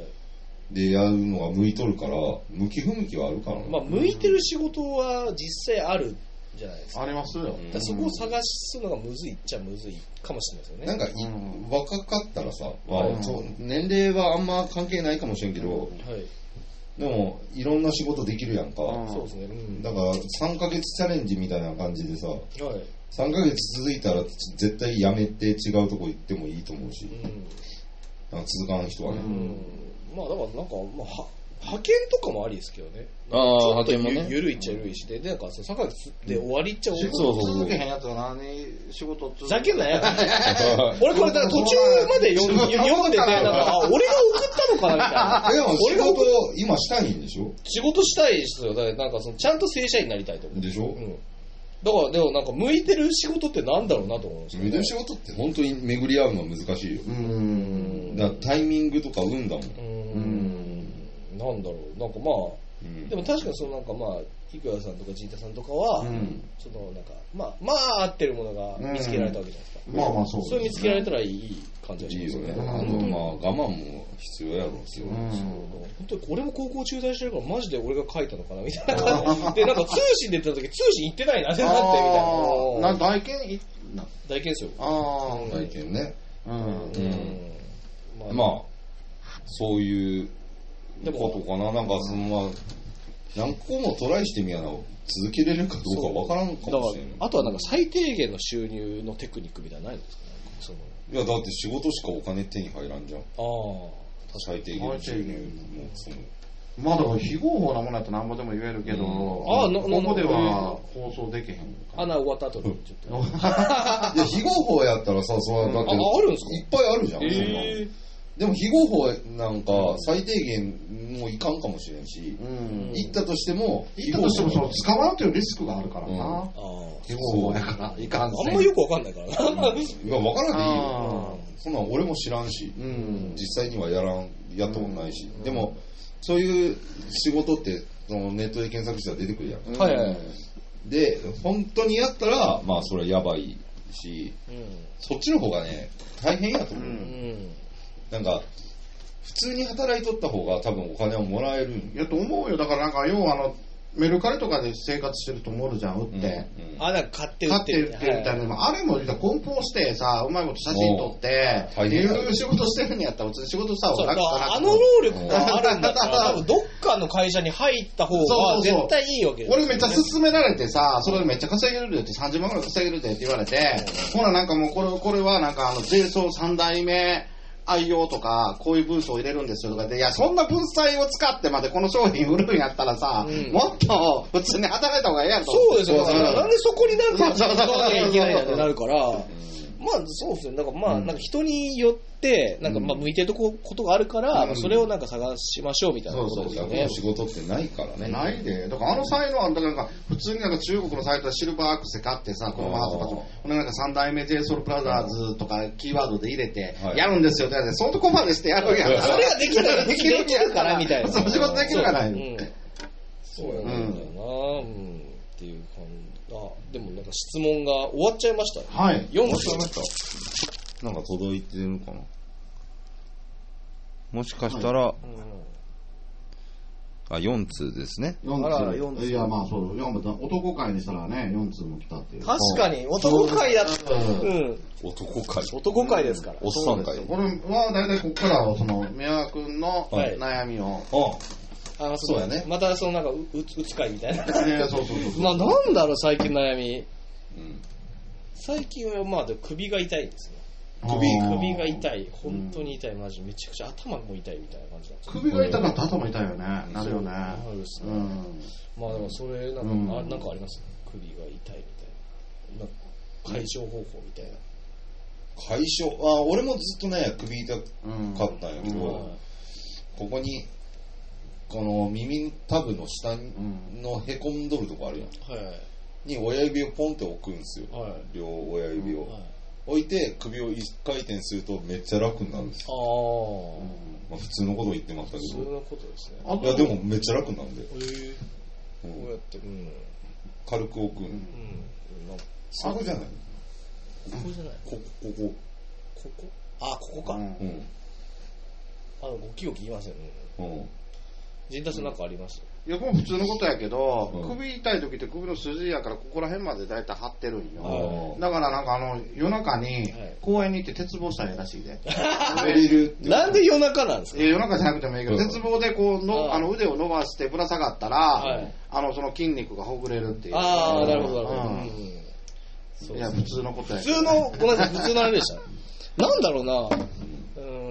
でやるのが向いとるから、向き不向きはあるからね。 まあ向いてる仕事は実際ある。じゃないですか。 ありますよ。 だそこを探すのがむずいっちゃむずいかもしれないですよね。 なんか、うん、若かったらさ、はい、そう年齢はあんま関係ないかもしれんけど、はい、でもいろんな仕事できるやんか。そうですね。うん、だからさんかげつチャレンジみたいな感じでさ、はい、さんかげつ続いたら絶対やめて違うとこ行ってもいいと思うし、うん、なんか続かん人はね。うん、まあだからなんか、まあ、 派遣とかもありですけどね。 ああ、派遣もね。 ゆるいっちゃゆるいしで、で、なんか、さんかげつで終わりっちゃ終わり。 そうそう。続けへんやつが何仕事続け。ざけんなやつ。俺これ、だから途中まで読んでて、なんか、あ、俺が送ったのかなみたいな。 いや、仕事今したいんでしょ？ 仕事したいですよ。だからなんかその、ちゃんと正社員になりたいと思う。 でしょ？ うん。だから、でもなんか、向いてる仕事ってなんだろうなと思うんですよ。 向いてる仕事って本当に巡り合うのは難しいよ。うん。だからタイミングとか運だもん。うん。 なんだろう。なんかまあ、うん、でも確かにそのなんかまあ、いくらさんとかジータさんとかは、うん、そのなんか、まあ、まあ合ってるものが見つけられたわけじゃないですか。 うん、まあまあそうですね。 それ見つけられたらいい感じがしますよね。いいよね。 本当まあ我慢も必要やろうし。うん、 本当に俺も高校中退してるからマジで俺が書いたのかなみたいな感じで、なんか通信で言った時通信行ってないなってなってみたいな。 な、大検大検ですよ。 ああ、大検ね。うん。うん。まあ、まあ、そういうことかな。なんかそのまあ、何個もトライしてみやな、続けれるかどうかわからんかもしれない。 あとはなんか最低限の収入のテクニックみたいなのないんですかね。そのいやだって仕事しかお金手に入らんじゃん。ああ、最低限の収入もその。 まあだから非合法なものだと何ぼでも言えるけど、うん、ああ、ここでは放送できへん。 穴終わった後にちょっと。 いや非合法やったらさ、それだって、うん、 あ、あるんですか？ いっぱいあるじゃん。えーでも非合法なんか最低限もういかんかもしれんし、うん、行ったとしても行ったとしてもそう使わんというリスクがあるからな、うん、あ非合法やからいかんせんあんまよくわかんないからな、うん、 いやわからんでいいよ、そんなん俺も知らんし、うん、実際にはやらんやったことないし、うん、でもそういう仕事ってそのネットで検索したら出てくるやん、うん、はいはいはい、で本当にやったらまあそれはやばいし、うん、そっちの方がね大変やと思う、うん、なんか普通に働いとった方が多分お金をもらえるんやと思うよ。だからなんか要はあのメルカリとかで生活してると思うじゃん、売って、うんうん、 あ、なんか買って売ってるみたいな、はい、あれも梱包してさ、うまいこと写真撮ってっていう仕事してるんやったら普通に仕事した方が楽かな。 あの労力があるんだったら多分どっかの会社に入った方が絶対いいわけですよ、ね、 俺めっちゃ勧められてさ、それでめっちゃ稼げるでってさんじゅうまんぐらい稼げるでって言われて、ほらなんかもうこれこれはなんかあの ジェイエスオーさん代目愛用とかこういう文章を入れるんですよとかで、いやそんな文才を使ってまでこの商品売るんやったらさ、うん、もっと普通に働いた方がええやんと。 そうですよ、なんでそこになんか使わなきゃいけないんだってなるから、まあそうですね、なんかまあ、うん、なんか人によってなんかまあ向いてるとこことがあるから、うん、それをなんか探しましょうみたいなことですよね。 そうそう、仕事ってないからね。 ないで、だからあの才能ある、だからなんか普通になんか中国のサイトでシルバーアクセ買ってさ、このマーとかと、なんか三代目 ジェイソウルブラザーズとかキーワードで入れてやるんですよって、はい、そのとこまでしてやるやん。 それができたらできるからみたいな。 そう、仕事できるからね。うん、そうやねんだよな、うん、っていう感じ。あ、でもなんか質問が終わっちゃいましたね。 はい。 よんつなんか届いてるのかな。もしかしたら、はい、あ、よんつうですね。 よんつう。あららよんつう。いや、まあそう、男会にしたらね、よんつうも来たっていう。 確かに、男会だったら、うん。 男会。 男会ですから。 おっさん会。 これは大体ここから、その、宮川くんの悩みを。はいああ、そうやね。またそのなんかううつ会みたいな。 いやそうそうそう。 まあなんだろう最近悩み。うん、最近はまあで首が痛いですね。首首が痛い、本当に痛い、マジめちゃくちゃ頭も痛いみたいな感じなんです。 首が痛かったら頭痛いよね。なるよね。なるですね。 うん、まあでもそれなんか、うん、あなんかあります。首が痛いみたいな。なんか解消方法みたいな。 解消あ俺もずっとね首痛かったんやけど、うんうん、ここに。この耳タブの下のへこんどるとこあるやん、はい、に親指をポンって置くんですよ、はい、両親指を、はい、置いて首を一回転するとめっちゃ楽になるんですよ。あ、うんまあ、普通のこと言ってましたけど普通のことですね。 いやでもめっちゃ楽なんで、へえ、うん、こうやって、うん、 軽く置く、うんうん、そこじゃないここじゃないここここここあここか、うん、あのゴキゴキ言いませんね、うん陣田さんなんかあります？ いや、これ普通のことやけど、うん、首痛い時って首の筋やからここら辺までだいたい張ってるんよ。だからなんかあの夜中に公園に行って鉄棒したらいいらしいで。 なんで夜中なんですか？ 夜中じゃなくてもいいけど、うん、鉄棒でこうのあの腕を伸ばしてぶら下がったら、はい、あのその筋肉がほぐれるっていう。 ああ、なるほどなるほど。 うん、いや普通のことやけど。普通のごめんなさい普通のあれでした。なんだろうな。うん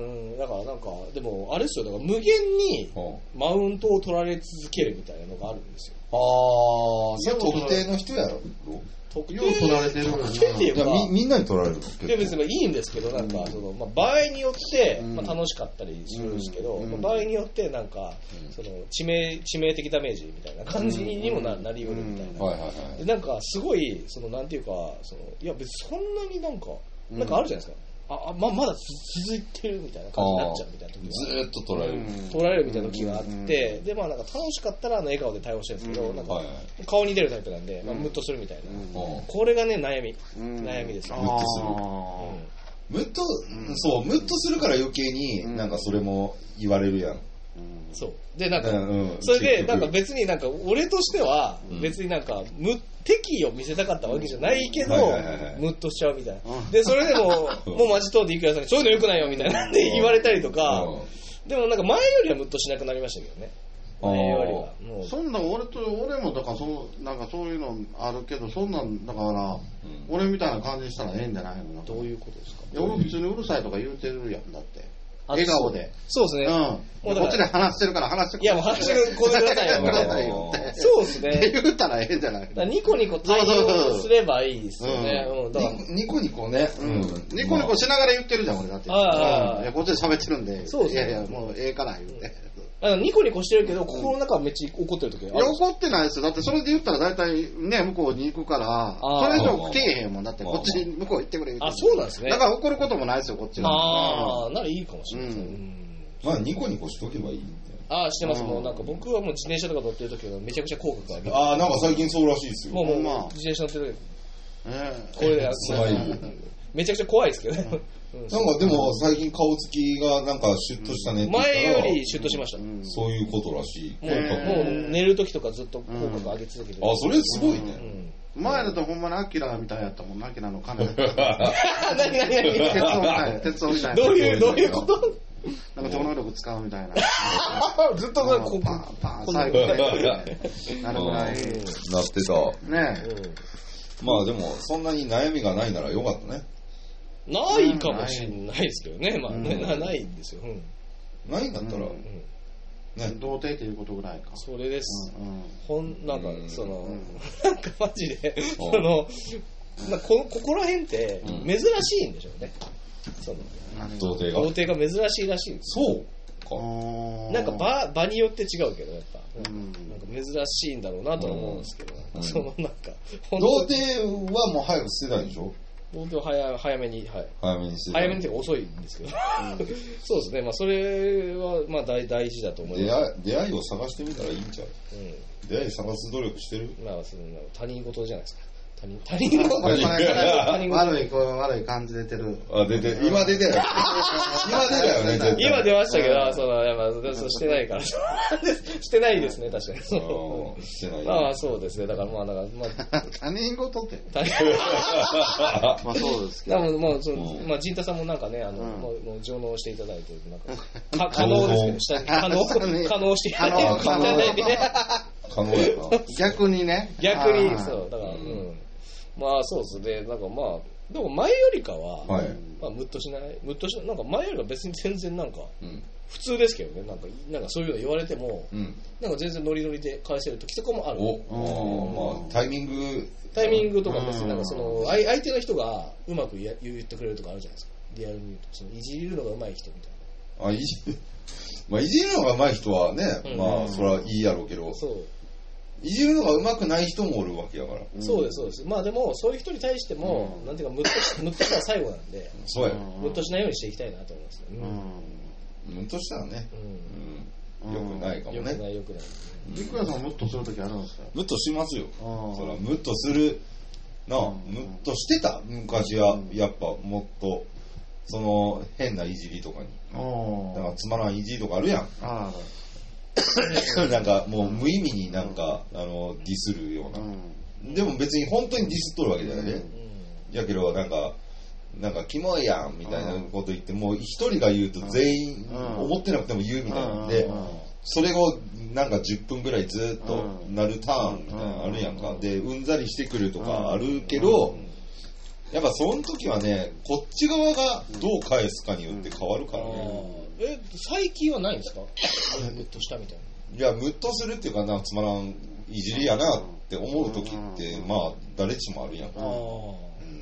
だからなんか、でも、あれですよ、だから無限にマウントを取られ続けるみたいなのがあるんですよ。 ああ、それ特定の人やろ特定取られてる特定っていうか、 みみんなに取られるのいや別にいいんですけど、なんか、その、まあ、場合によって、まあ、楽しかったりするんですけど、まあ、場合によって、なんか、その、致命、致命的ダメージみたいな感じにも な, なりうるみたいな。はいはいはい。で、なんか、すごい、その、なんていうか、その、いや別にそんなになんか、なんかあるじゃないですか。あ、ま、まだ続いてるみたいな感じになっちゃうみたいな時がずーっと取られる、うん、 取られるみたいな時があって、うん、でまあなんか楽しかったらあの笑顔で対応してるんですけど、うん、なんか顔に出るタイプなんで、まあ、ムッとするみたいな、うん、これがね悩み、うん、悩みですよ。 ムッとする、ムッと、そうムッとするから余計になんかそれも言われるやん。 そうでなんか、うん、それでなんか別になんか俺としては別になんか無敵意を見せたかったわけじゃないけど、ムッとしちゃうみたいな。でそれでももうマジ通っていくやつにそういうの良くないよみたいなんで言われたりとか、でもなんか前よりはムッとしなくなりましたけどね。前よりはもうそんな俺と俺もだからそうなんかそういうのあるけど、そんなんだから、うん、俺みたいな感じにしたらええんじゃないの。 どういうことですか。 いや俺普通にうるさいとか言うてるやんだって。笑顔で。 そうですね。 うん。こっちで話してるから話してくれ。いやもう話してくれくださいよ。くださいよ。そうですね。 言ったらええんじゃない。 ニコニコ対応すればいいですよね。 うん。だからニコニコね。 うん。ニコニコしながら言ってるじゃん俺だって。ああ。いやこっちで喋ってるんで。 そうですね。 いやいやもうええから言って。 あのニコニコしてるけど心の中はめっちゃ怒ってる時ある。 いや怒ってないですよ。だってそれで言ったら大体ね向こうに行くから、それ以上来えへんもんだってこっちに向こう行ってくれ言って。 あそうなんですね。 だから怒ることもないですよこっちは。 ああならいいかもしれないですね。 まあニコニコしとけばいいみたいな。 ああしてます。もうなんか僕はもう自転車とか乗ってる時はめちゃくちゃ口角が上げて。 ああなんか最近そうらしいですよ。 もうもう、まあ、自転車乗ってる時。ええ。これでスマイル。めちゃくちゃ怖いですけどね。 なんかでも最近顔つきがなんかシュッとしたねって言ったら前よりシュッとしました。 そういうことらしい。 もう寝る時とかずっと口角上げ続けてる。 あそれすごいね。 前だとほんまにアキラみたいやったもんな。アキラのカメラ。 何何何鉄夫みたいな。鉄夫みたいな。 どういうどういうこと？ なんか超能力使うみたいな。 ずっとこうパンパン最後でなるぐらいなってた。 ねえ。まあでもそんなに悩みがないならよかったね。 ないかもしれないですけどね。まあねないんですよ。 ないんだったら。 ね、童貞っていうことぐらいか。 それです。ほんなんかそのなんかマジでそのこここら辺って珍しいんでしょうね。その童貞が童貞が珍しいらしいんです。 そうか。 なんか場場によって違うけどやっぱ、うん、なんか珍しいんだろうなと思うんですけど、うん、そのなんか童貞はもう早く捨てたいでしょ。 童貞は早早めに、はい、 早めに捨てたい。 早めにって遅いんですけど、うん、そうですね。まあそれはまあ大大事だと思います。 出会いを探してみたらいいんちゃう。うん、出会い探す努力してる。 まあその他人事じゃないですか。他人他人事悪い悪い感じ出てる。 あ出て今出てる。今出たよね。 今出ましたけど、そのやっぱそうしてないからしてないですね確かに。してない。ああそうですね。だからまあだからまあ他人事って。まあそうですけど。もうそのまあ陣太さんもなんかねあのもう上納していただいてなんか可能ですけど可能可能していただいて可能やな。 逆にね。 逆にそうだからうん。まあそうですね。なんかまあでも前よりかは、はい、まあムッとしないムッとしないなんか前よりは別に全然なんか、うん、普通ですけどね。なんかなんかそういうの言われても、うん、なんか全然ノリノリで返せる時とかもある。 お、まあタイミングタイミングとか別になんかその相相手の人がうまく言ってくれるとかあるじゃないですか。リアルに言うとそのいじるのが上手い人みたいな。 あいじまあいじるのが上手い人はね、うん、まあそれはいいやろうけど。そう。いじるのが上手くない人もおるわけやから。 うん、そうですそうです。まあでもそういう人に対しても、うん、なんていうかムッとしムッとしたら最後なんで、 そうや。 ムッとしないようにしていきたいなと思いますね。 うん。ムッとしたらね、うん、うん、良くないかもね。 良くない良くない。 ビッグヤさんムッとするときあるんですか。 ムッとしますよ。そらムッとするな、ムッとしてた昔はやっぱもっとその変ないじりとかに、だからつまらんいじりとかあるやん。あなんかもう無意味になんか、うん、あのディスるような、うん、でも別に本当にディスっとるわけじゃないね、うん、やけどなんかなんかキモいやんみたいなこと言ってもう一人が言うと全員思ってなくても言うみたいなんで、それをなんかじゅっぷんぐらいずっとなるターンみたいなのあるやんか。でうんざりしてくるとかあるけど、やっぱその時はねこっち側がどう返すかによって変わるからね。 え、最近はないんですか？ムッとしたみたいな。いや、ムッとするっていうかな、つまらんいじりやなって思う時って、まあ、誰しもあるやん。あ、うん、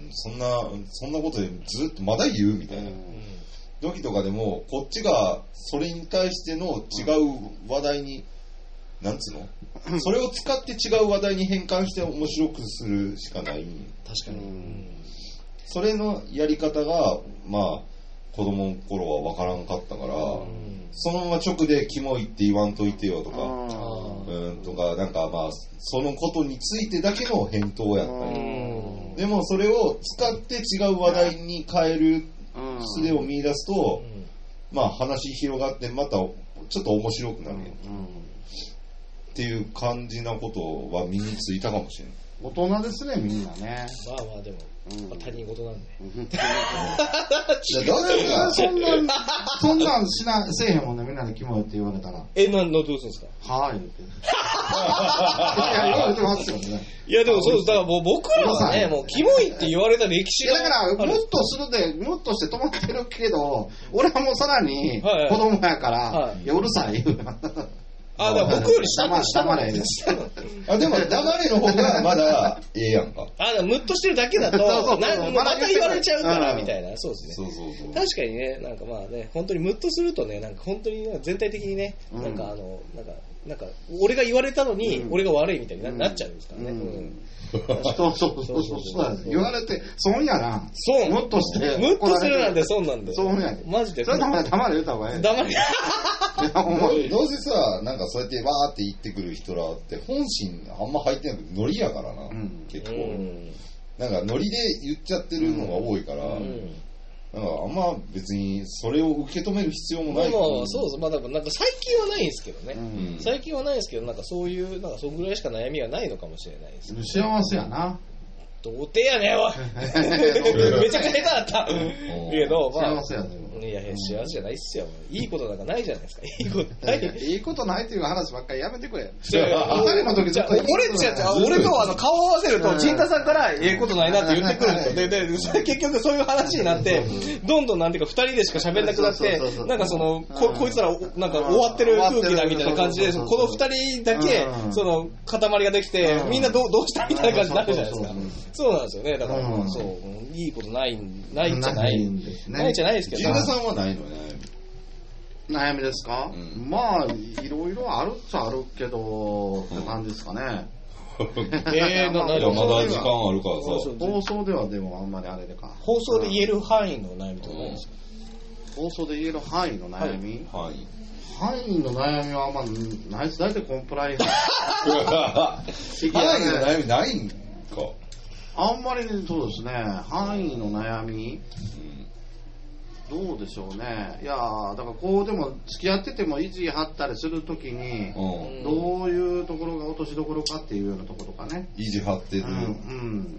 そんな、そんなことでずっとまだ言うみたいな。時とかでも、こっちがそれに対しての違う話題に、なんつうのそれを使って違う話題に変換して面白くするしかない。 確かに。 それのやり方が、まあ、子供の頃は分からんかったから、そのまま直でキモいって言わんといてよとか、うんとか、なんかまあ、そのことについてだけの返答やったり。でもそれを使って違う話題に変える術を見出すと、まあ話広がってまたちょっと面白くなるよ。っていう感じなことは身についたかもしれない。 大人ですね、みんなね。 まあまあでも、うんまあ、他人事なんで。 いや、どうですかそんな、そんなんしな、せえへんもんね、みんなでキモいって言われたら。 え、なんのどうするんですか？ はぁ、言うて。いや、言われてますよね。 いや、でもそうです。だからもう僕らはね、もうキモいって言われた歴史が。 いや、だから、もっとするで、もっとして止まってるけど、俺はもうさらに子供やから、はいはい、いや、うるさい言うな。 あ、だから僕より下で下まで。 あ、でも黙れの方がまだええやんか。 あ、ムッとしてるだけだと、また言われちゃうから、みたいな。そうですね。 そうそうそう。 確かにね、なんかまあね、本当にムッとするとね、なんか本当に全体的にね、なんかあの、なんか、なんか、俺が言われたのに、俺が悪いみたいになっちゃうんですからね。 そうそうそうそうそう。言われて、損やな。 損。 ムッとして。 ムッとするなんて損なんで。 損やで。 マジで。 それ黙れ、黙れ言った方がええ。 黙れ。 どうせさ、なんかそうやってわーって言ってくる人らって本心あんま入ってないけどノリやからな、うん、結構、うん、なんかノリで言っちゃってるのが多いから、うん、なんかあんま別にそれを受け止める必要もない。 まあまあそうです。まあなんか最近はないんですけどね、うん、最近はないですけど、なんかそういうなんかそんぐらいしか悩みはないのかもしれないです、ね、 幸せやな。 童貞やねおいめちゃくちゃ下手だったけど、まあ、 幸せやね。 いやいや幸せじゃないっすよ。いいことなんかないじゃないですか。いいことない。 いいことないっていう話ばっかりやめてくれ。 二人の時ずっと俺ちゃ俺とあの顔を合わせると陣田さんからええことないなって言ってくるんですよ。ででそれ結局そういう話になってどんどんなんていうか二人でしか喋んなくなってなんかその こ, こいつらなんか終わってる空気だみたいな感じでこの二人だけその塊ができてみんなどうどうしたみたいな感じになるじゃないですか。そうなんですよね。だからまあそういいことないないじゃないないじゃないですけど。 陣田さんはないのね。 悩みですか、うん、まあいろいろあるっちゃあるけどって感じですかね。 えー、ななまだ時間あるからさ。 放送ではでもあんまりあれでか。 放送で言える範囲の悩みとかないですか、 うん、放送で言える範囲の悩み、 はい、 範囲の悩みはあんまないです。大体コンプライアンス。 範囲の悩みないんか。 あんまりそうですね。範囲の悩み、どうでしょうね。いやだからこうでも付き合ってても意地張ったりするときに、うん、どういうところが落としどころかっていうようなところかね。 意地張ってる。うん。うん、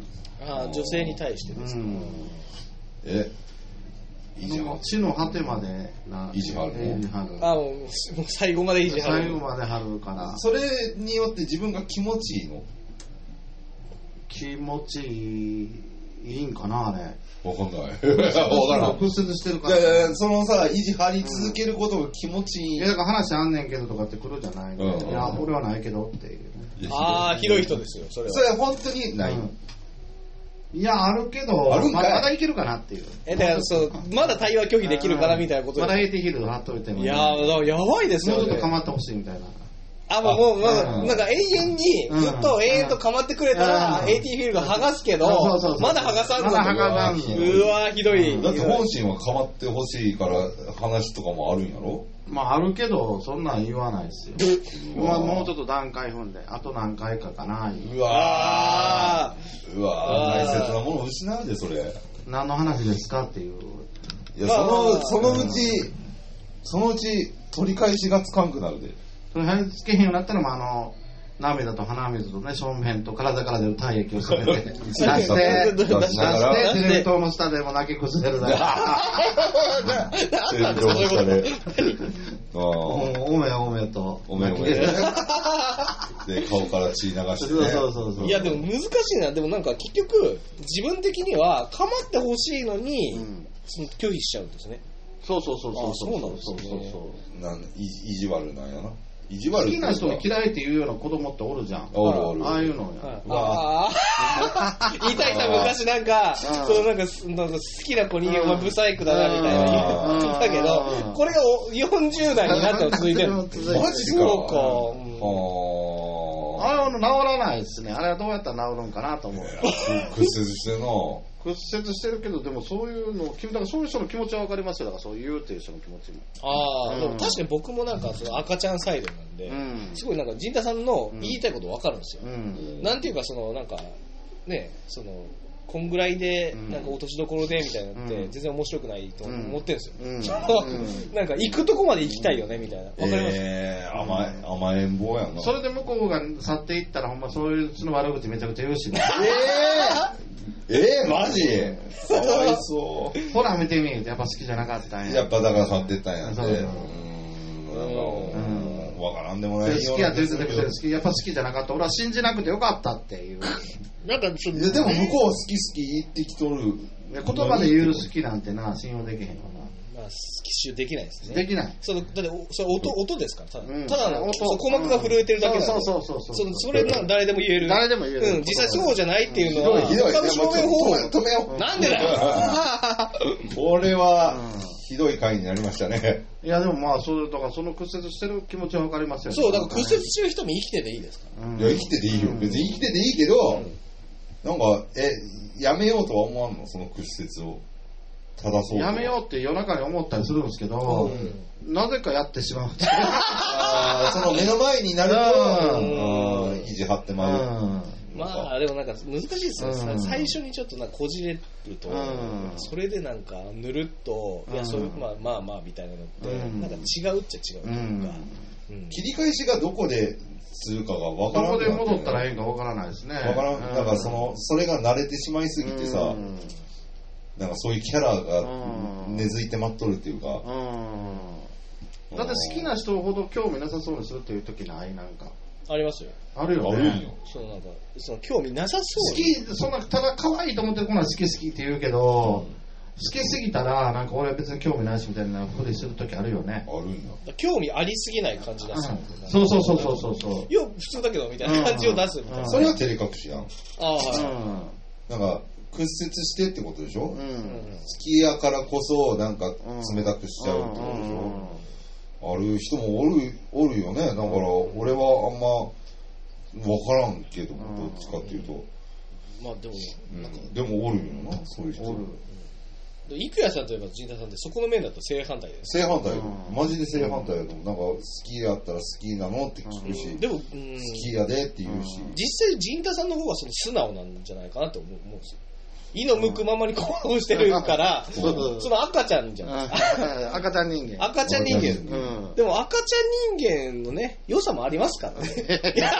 あ女性に対してですか。うん、 え意地張地の果てまでな意地張る。 意地張る。 あもう最後まで意地張る。 最後まで張るから。 それによって自分が気持ちいいの？ 気持ちいいいいんかなあれ。 わかんない。わからん。 屈折してるから。 いやいや、そのさ、維持張り続けることが気持ちいい。 いや、だから話あんねんけどとかって来るじゃないの、うん、いや、俺はないけどっていう、 ね。ああ、広い人ですよ、それは。 それは本当にない。うん、 いや、あるけど、 あるんかいまだいけるかなっていう。 え、だからそう、まだ対話拒否できるかなみたいなことで。 まだエーティーヒールド貼っといても、ね。 いやー、やばいですよね。 もうちょっと構ってほしいみたいな。 あ、もう、もう、なんか永遠に、ずっと永遠と構ってくれたら、エーティー フィールド剥がすけど、まだ剥がさんぞ。 まだ剥がさんぞ。 うわー、ひどい。 だって本心は構ってほしいから話とかもあるんやろ？ まああるけど、そんなん言わないですよ。まあもうちょっと段階踏んで、あと何回かかな。 うわー。うわー、大切なものを失うで、それ。 何の話ですかっていう。 いや、その、そのうち、そのうち取り返しがつかんくなるで。 それ貼り付けへんようになったらもあの涙と鼻水とね正面と体から出る体液をすべて出して出してテレビ塔の下でも泣き崩れるだテレビ塔の下でおめおめとおめおめで顔から血流してね。 そうそうそうそう。 いやでも難しいな。でもなんか結局自分的には構ってほしいのに、うん、その拒否しちゃうんですね。 そうそうそうそうそうなんですね。 なん意地悪なんやな。意地悪好きな人に嫌いって言うような子供っておるじゃん。 おるおる。 ああいうのや。 ああ。言いたいさ、昔なんか、そうなんか、なんか好きな子に、お前ブサイクだなみたいな言ったけど、これがよんじゅう代になっても続いてる。マジか。 そうか。 あれは治らないですね。あれはどうやったら治るんかなと思う。 屈折してるな。 屈折してるけど、でもそういうの、だからそういう人の気持ちは分かりますよ。だからそう言うっていう人の気持ちも。 ああ、うん、でも確かに僕もなんかその赤ちゃんサイドなんで、うん、すごいなんか陣田さんの言いたいこと分かるんですよ。うん、なんていうかそのなんかね、そのこんぐらいでなんか落としどころでみたいなのって全然面白くないと思ってるんですよ。うんうん、なんか行くとこまで行きたいよねみたいな。分かります？ えー、甘え甘えん坊やな。 それで向こうが去っていったらほんまそういうその悪口めちゃくちゃ言うしね。 えーえー、マジかわいそう。 ほら見てみやっぱ好きじゃなかったんや。 やっぱだから去ってったんやって。うーん、なんか、うん、わからんでもないよ。 好きやって言ってたけど、好き、やっぱ好きじゃなかった。俺は信じなくてよかったっていう。 なんかちょっと。 でも向こうは好き好き言ってきとる。 言葉で言う好きなんてな、信用できへんわな。 まあ、奇襲できないですね。 できない。 そのだってそれ 音, 音ですから、ただ、うん、ただの音、鼓膜が震えてるだけだから、 そうそうそうそう。 それな誰でも言える。 誰でも言える。 うん、実際そうじゃないっていうのは、 ひどい、ひどい。 証明方法。 止めよう。 なんでだよ。 これは、ひどい回になりましたね。 いや、でもまあ、それとか、その屈折してる気持ちはわかりますよね。 そう、だから屈折してる人も生きてていいですか、 うん、いや、生きてていいよ。別に生きてていいけど、うん、なんか、え、やめようとは思わんのその屈折を。正そうやめようって夜中に思ったりするんですけど、うん、なぜかやってしまうあその目の前になると意地張ってまう、 うん、まあでもなんか難しいですよ、うん、最初にちょっとなんかこじれると、うん、それでなんかぬるっと、うん、いやそういうまあまあまあみたいなのって、うん、なんか違うっちゃ違うというか、 うんうん、切り返しがどこでするかが分からない。 どこで戻ったらいいか分からないですね。 分からん、だからそのそれが慣れてしまいすぎてさ、うんなんかそういうキャラが根付いて待っとるっていうか、 うん、だって好きな人ほど興味なさそうにするっていう時ないなんかありますよ。 あるよね。 あるんよ。 そうなんかその興味なさそう好きそんなただ可愛いと思ってる子は好き好きって言うけど、うん、好きすぎたらなんか俺は別に興味ないしみたいなふりする時あるよね。 あるんだ。興味ありすぎない感じ出す、 うん、そうそうそうそうそうそういや普通だけどみたいな感じを出すみたいな、うん、 それは照れ隠しやん。 ああはい、 うん、なんか屈折してってことでしょ、うん、好きやからこそなんか冷たくしちゃうってことでしょ、うんうん、ある人もおる、おるよね。だから俺はあんま分からんけど、うん、どっちかっていうと、 まあでも、 うん、でもおるよなそういう人。おる。 郁也さんといえば陣田さんってそこの面だと正反対です。 正反対、うん、マジで正反対やと思う。なんか好きやったら好きなのって聞くし、うん、でも、うん、好きやでって言うし、 うん、実際陣田さんの方がその素直なんじゃないかなって思うんですよ。意の向くままに行動してるから、その赤ちゃんじゃないですか。 赤ちゃん人間。 赤ちゃん人間。うん、でも赤ちゃん人間のね、良さもありますからね。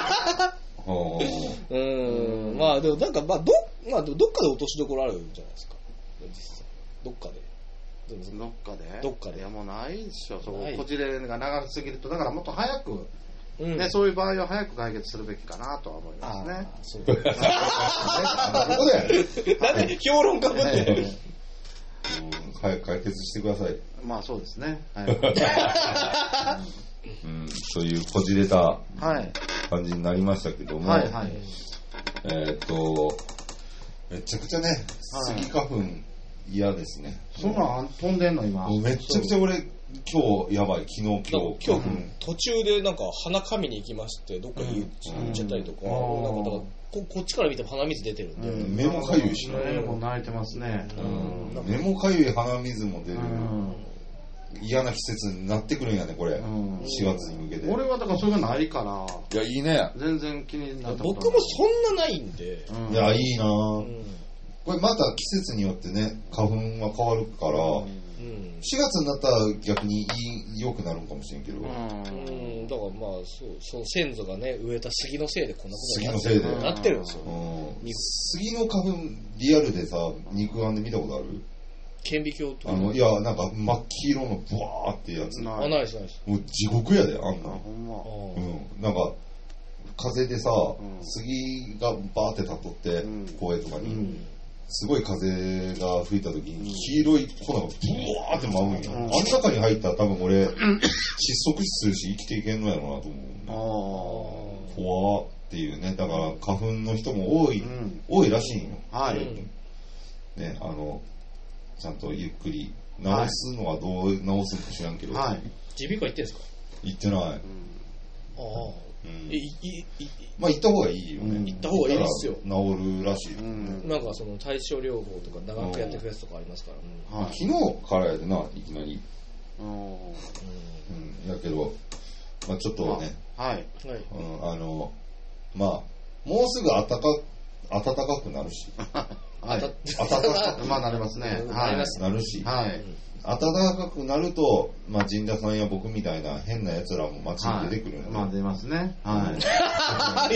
うん。まあでもなんか、まあど、まあどっかで落としどころあるんじゃないですか。実際。どっかで。 どっかでどっかで。 いやもうないでしょ。そここじれが長すぎると、だからもっと早く、うんね、そういう場合は早く解決するべきかなとは思いますね。そうなんで評論家ぶってる、 早く解決してください。 まあそうですね。はいうん、そういうこじれた感じになりましたけども、はいはい、えー、っとめちゃくちゃね、スギ花粉嫌ですね。 そんなん飛んでんの今。 めちゃくちゃ俺今日やばい、昨日今日今日、うん、途中でなんか鼻かみに行きましてどっかに行っちゃったりとか、うん、なんかだから こ, こっちから見ても鼻水出てるんで、 うん、目もかゆいしね。 目も泣いてますね、 うん、目もかゆい鼻水も出る、うん、嫌な季節になってくるんやねこれ、うん、しがつに向けて。 俺はだからそれがないから。 いやいいね。 全然気になったことない。僕もそんなないんで、 うん、いやいいな、うん、これまた季節によってね花粉は変わるから、うんしがつになったら逆に良くなるかもしれんけど、うん、 だからまあそうその先祖がね植えた杉のせいでこんなことになってる、 うん、なってるんですよ、 うん、杉の花粉リアルでさ肉眼で見たことある？ 顕微鏡とか。 あのいやなんか真っ黄色のブワーってやつ。 あないですないです。 もう地獄やであんな。あほんま。 うんなんか風でさ、うん、杉がバーって立っとって、うん、公園とかに、うん、 すごい風が吹いた時に黄色い粉がブワーって舞うんよ、うん、あん中に入ったら多分俺、うん、窒息死するし生きていけんのやろうなと思う、ね、あ怖っていうね。だから花粉の人も多い、うん、多いらしいんよ、はいね、あのちゃんとゆっくり治すのはどう治すのか知らんけど、 はい、耳鼻科行ってんすか？ 行ってない、うん、ああ、 うん、えいいいまあ行った方がいいよね、 うん、行った方がいいですよ。 治るらしい、うん、 なんかその対症療法とか長くやってくやつとかありますから、 うんはい、昨日からやでないきなりうん、うん、やけどまあちょっとねはい、うん、あのまあもうすぐ暖か暖かくなるしはい、暖かくまあなりますね、 はい、なるし、はい、暖かくなると、まあ、陣田さんや僕みたいな変な奴らも街に出てくるので、 はい、まあ出ますね、はい、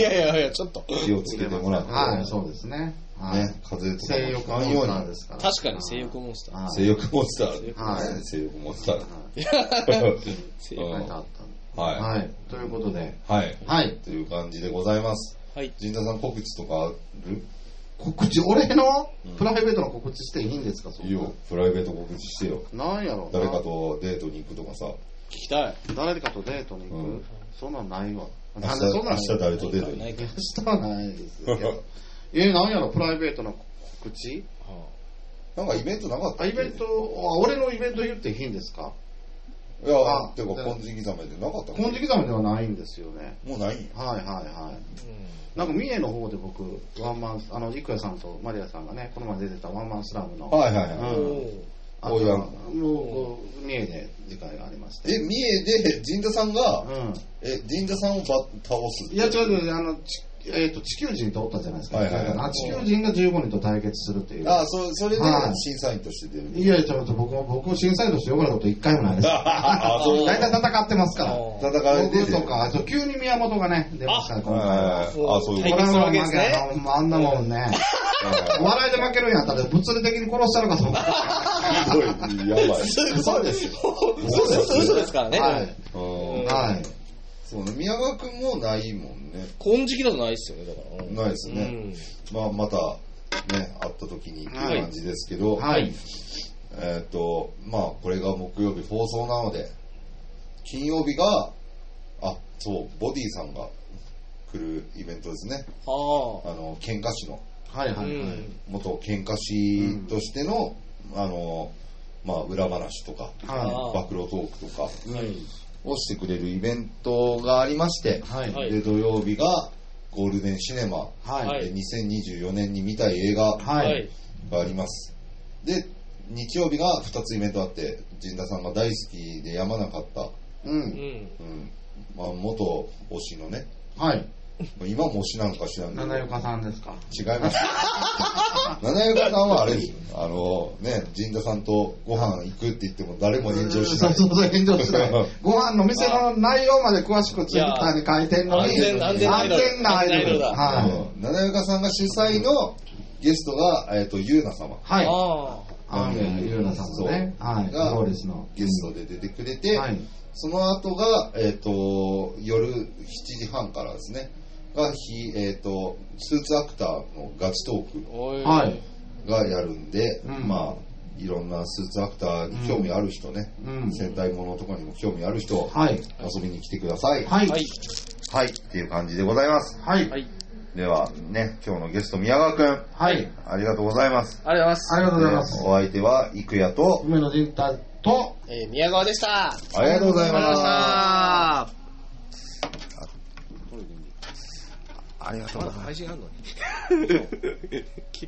いやいやいやちょっと気をつけてもらって、 はい、そうですね、はい、 ね、風邪とか性欲モンスターですから、 確かに性欲モンスター、 性欲モンスター、はい、性欲モンスター、 性欲モンスターはい、はい、ということで、 はい、はい、という感じでございます。はい、陣田さん告知とかある？ 告知、俺のプライベートの告知していいんですか？ いいよ、プライベート告知してよ。 なんやろ誰かとデートに行くとかさ。 聞きたい。 誰かとデートに行く、うん、そんなんないわ。 明日、明日誰とデートに行く？ 明日はないですけど。え、なんやろ、プライベートの告知、はあ、なんかイベントなかったっけ？ イベント、あ、俺のイベント言っていいんですか？ いや、てか、金色ザメでなかったっけ？ 金色ザメではないんですよね。 もうない？はいはいはい。うんなんか三重の方で僕ワンマンあの郁也さんとマリアさんがねこの前出てたワンマンスラムのはいはいはい、うん、 あのもう三重で次回がありましてえ三重で陣田さんが、うん、え陣田さんを倒すいやちょっとあのえー、と地球人とおったじゃないですか、はいはいはい、地球人がじゅうごにんと対決するっていうあ そ, それで審査員として出る、 はい、いやちょっと僕僕審査員として呼ばれたこと一回もないです大体戦ってますから戦い僕とか急に宮本がね出ましたね今回はあそういうこと対決するわけですねあんなもんね笑いで負けるんやったら物理的に殺したのかと思ったひどいやばいそうですよ嘘ですからねはい、はいそうね、宮川くんもないもんね。 金色だとないっすよね、だから。 ないですね。うん、まあ、また、ね、会った時にっていう感じですけど、はい。はい、えっ、ー、と、まあ、これが木曜日放送なので、金曜日が、あ、そう、ボディさんが来るイベントですね。ああの、喧嘩師の。 はいはいはい。 元喧嘩師としての、うん、あの、まあ、裏話とか、はい、暴露トークとか、はいをしてくれるイベントがありまして、はい、で土曜日がゴールデンシネマ、はい、でにせんにじゅうよねんに見たい映画があります、はい、で日曜日がふたつイベントあって陣田さんが大好きでやまなかった、うんうんまあ、元推しのね、はい、今も推しなんか知らんけど七岡さんですか？ 違います七岡さんはあれですあのね陣田さんとご飯行くって言っても誰も炎上しないそうそうそう炎上しないご飯の店の内容まで詳しくツイッターに書いてんのに安全なアイドルだ、 はい、七岡さんが主催のゲストが、えー、とゆうな様はいあゆうなさんのね、はい、 がゲストで出てくれて、はい、その後が、えー、と夜しちじはんからですねがひ、えー、とスーツアクターのガチトークがやるんで、うん、まあいろんなスーツアクターに興味ある人ね、うん、戦隊ものとかにも興味ある人、はい、遊びに来てくださいはい、はい、はい、っていう感じでございますはい、ではね今日のゲスト宮川くんはいありがとうございますありがとうございますありがとうございますお相手は郁也と梅野陣太と、 えー、宮川でしたありがとうございましたありがとうございます。配信あんのに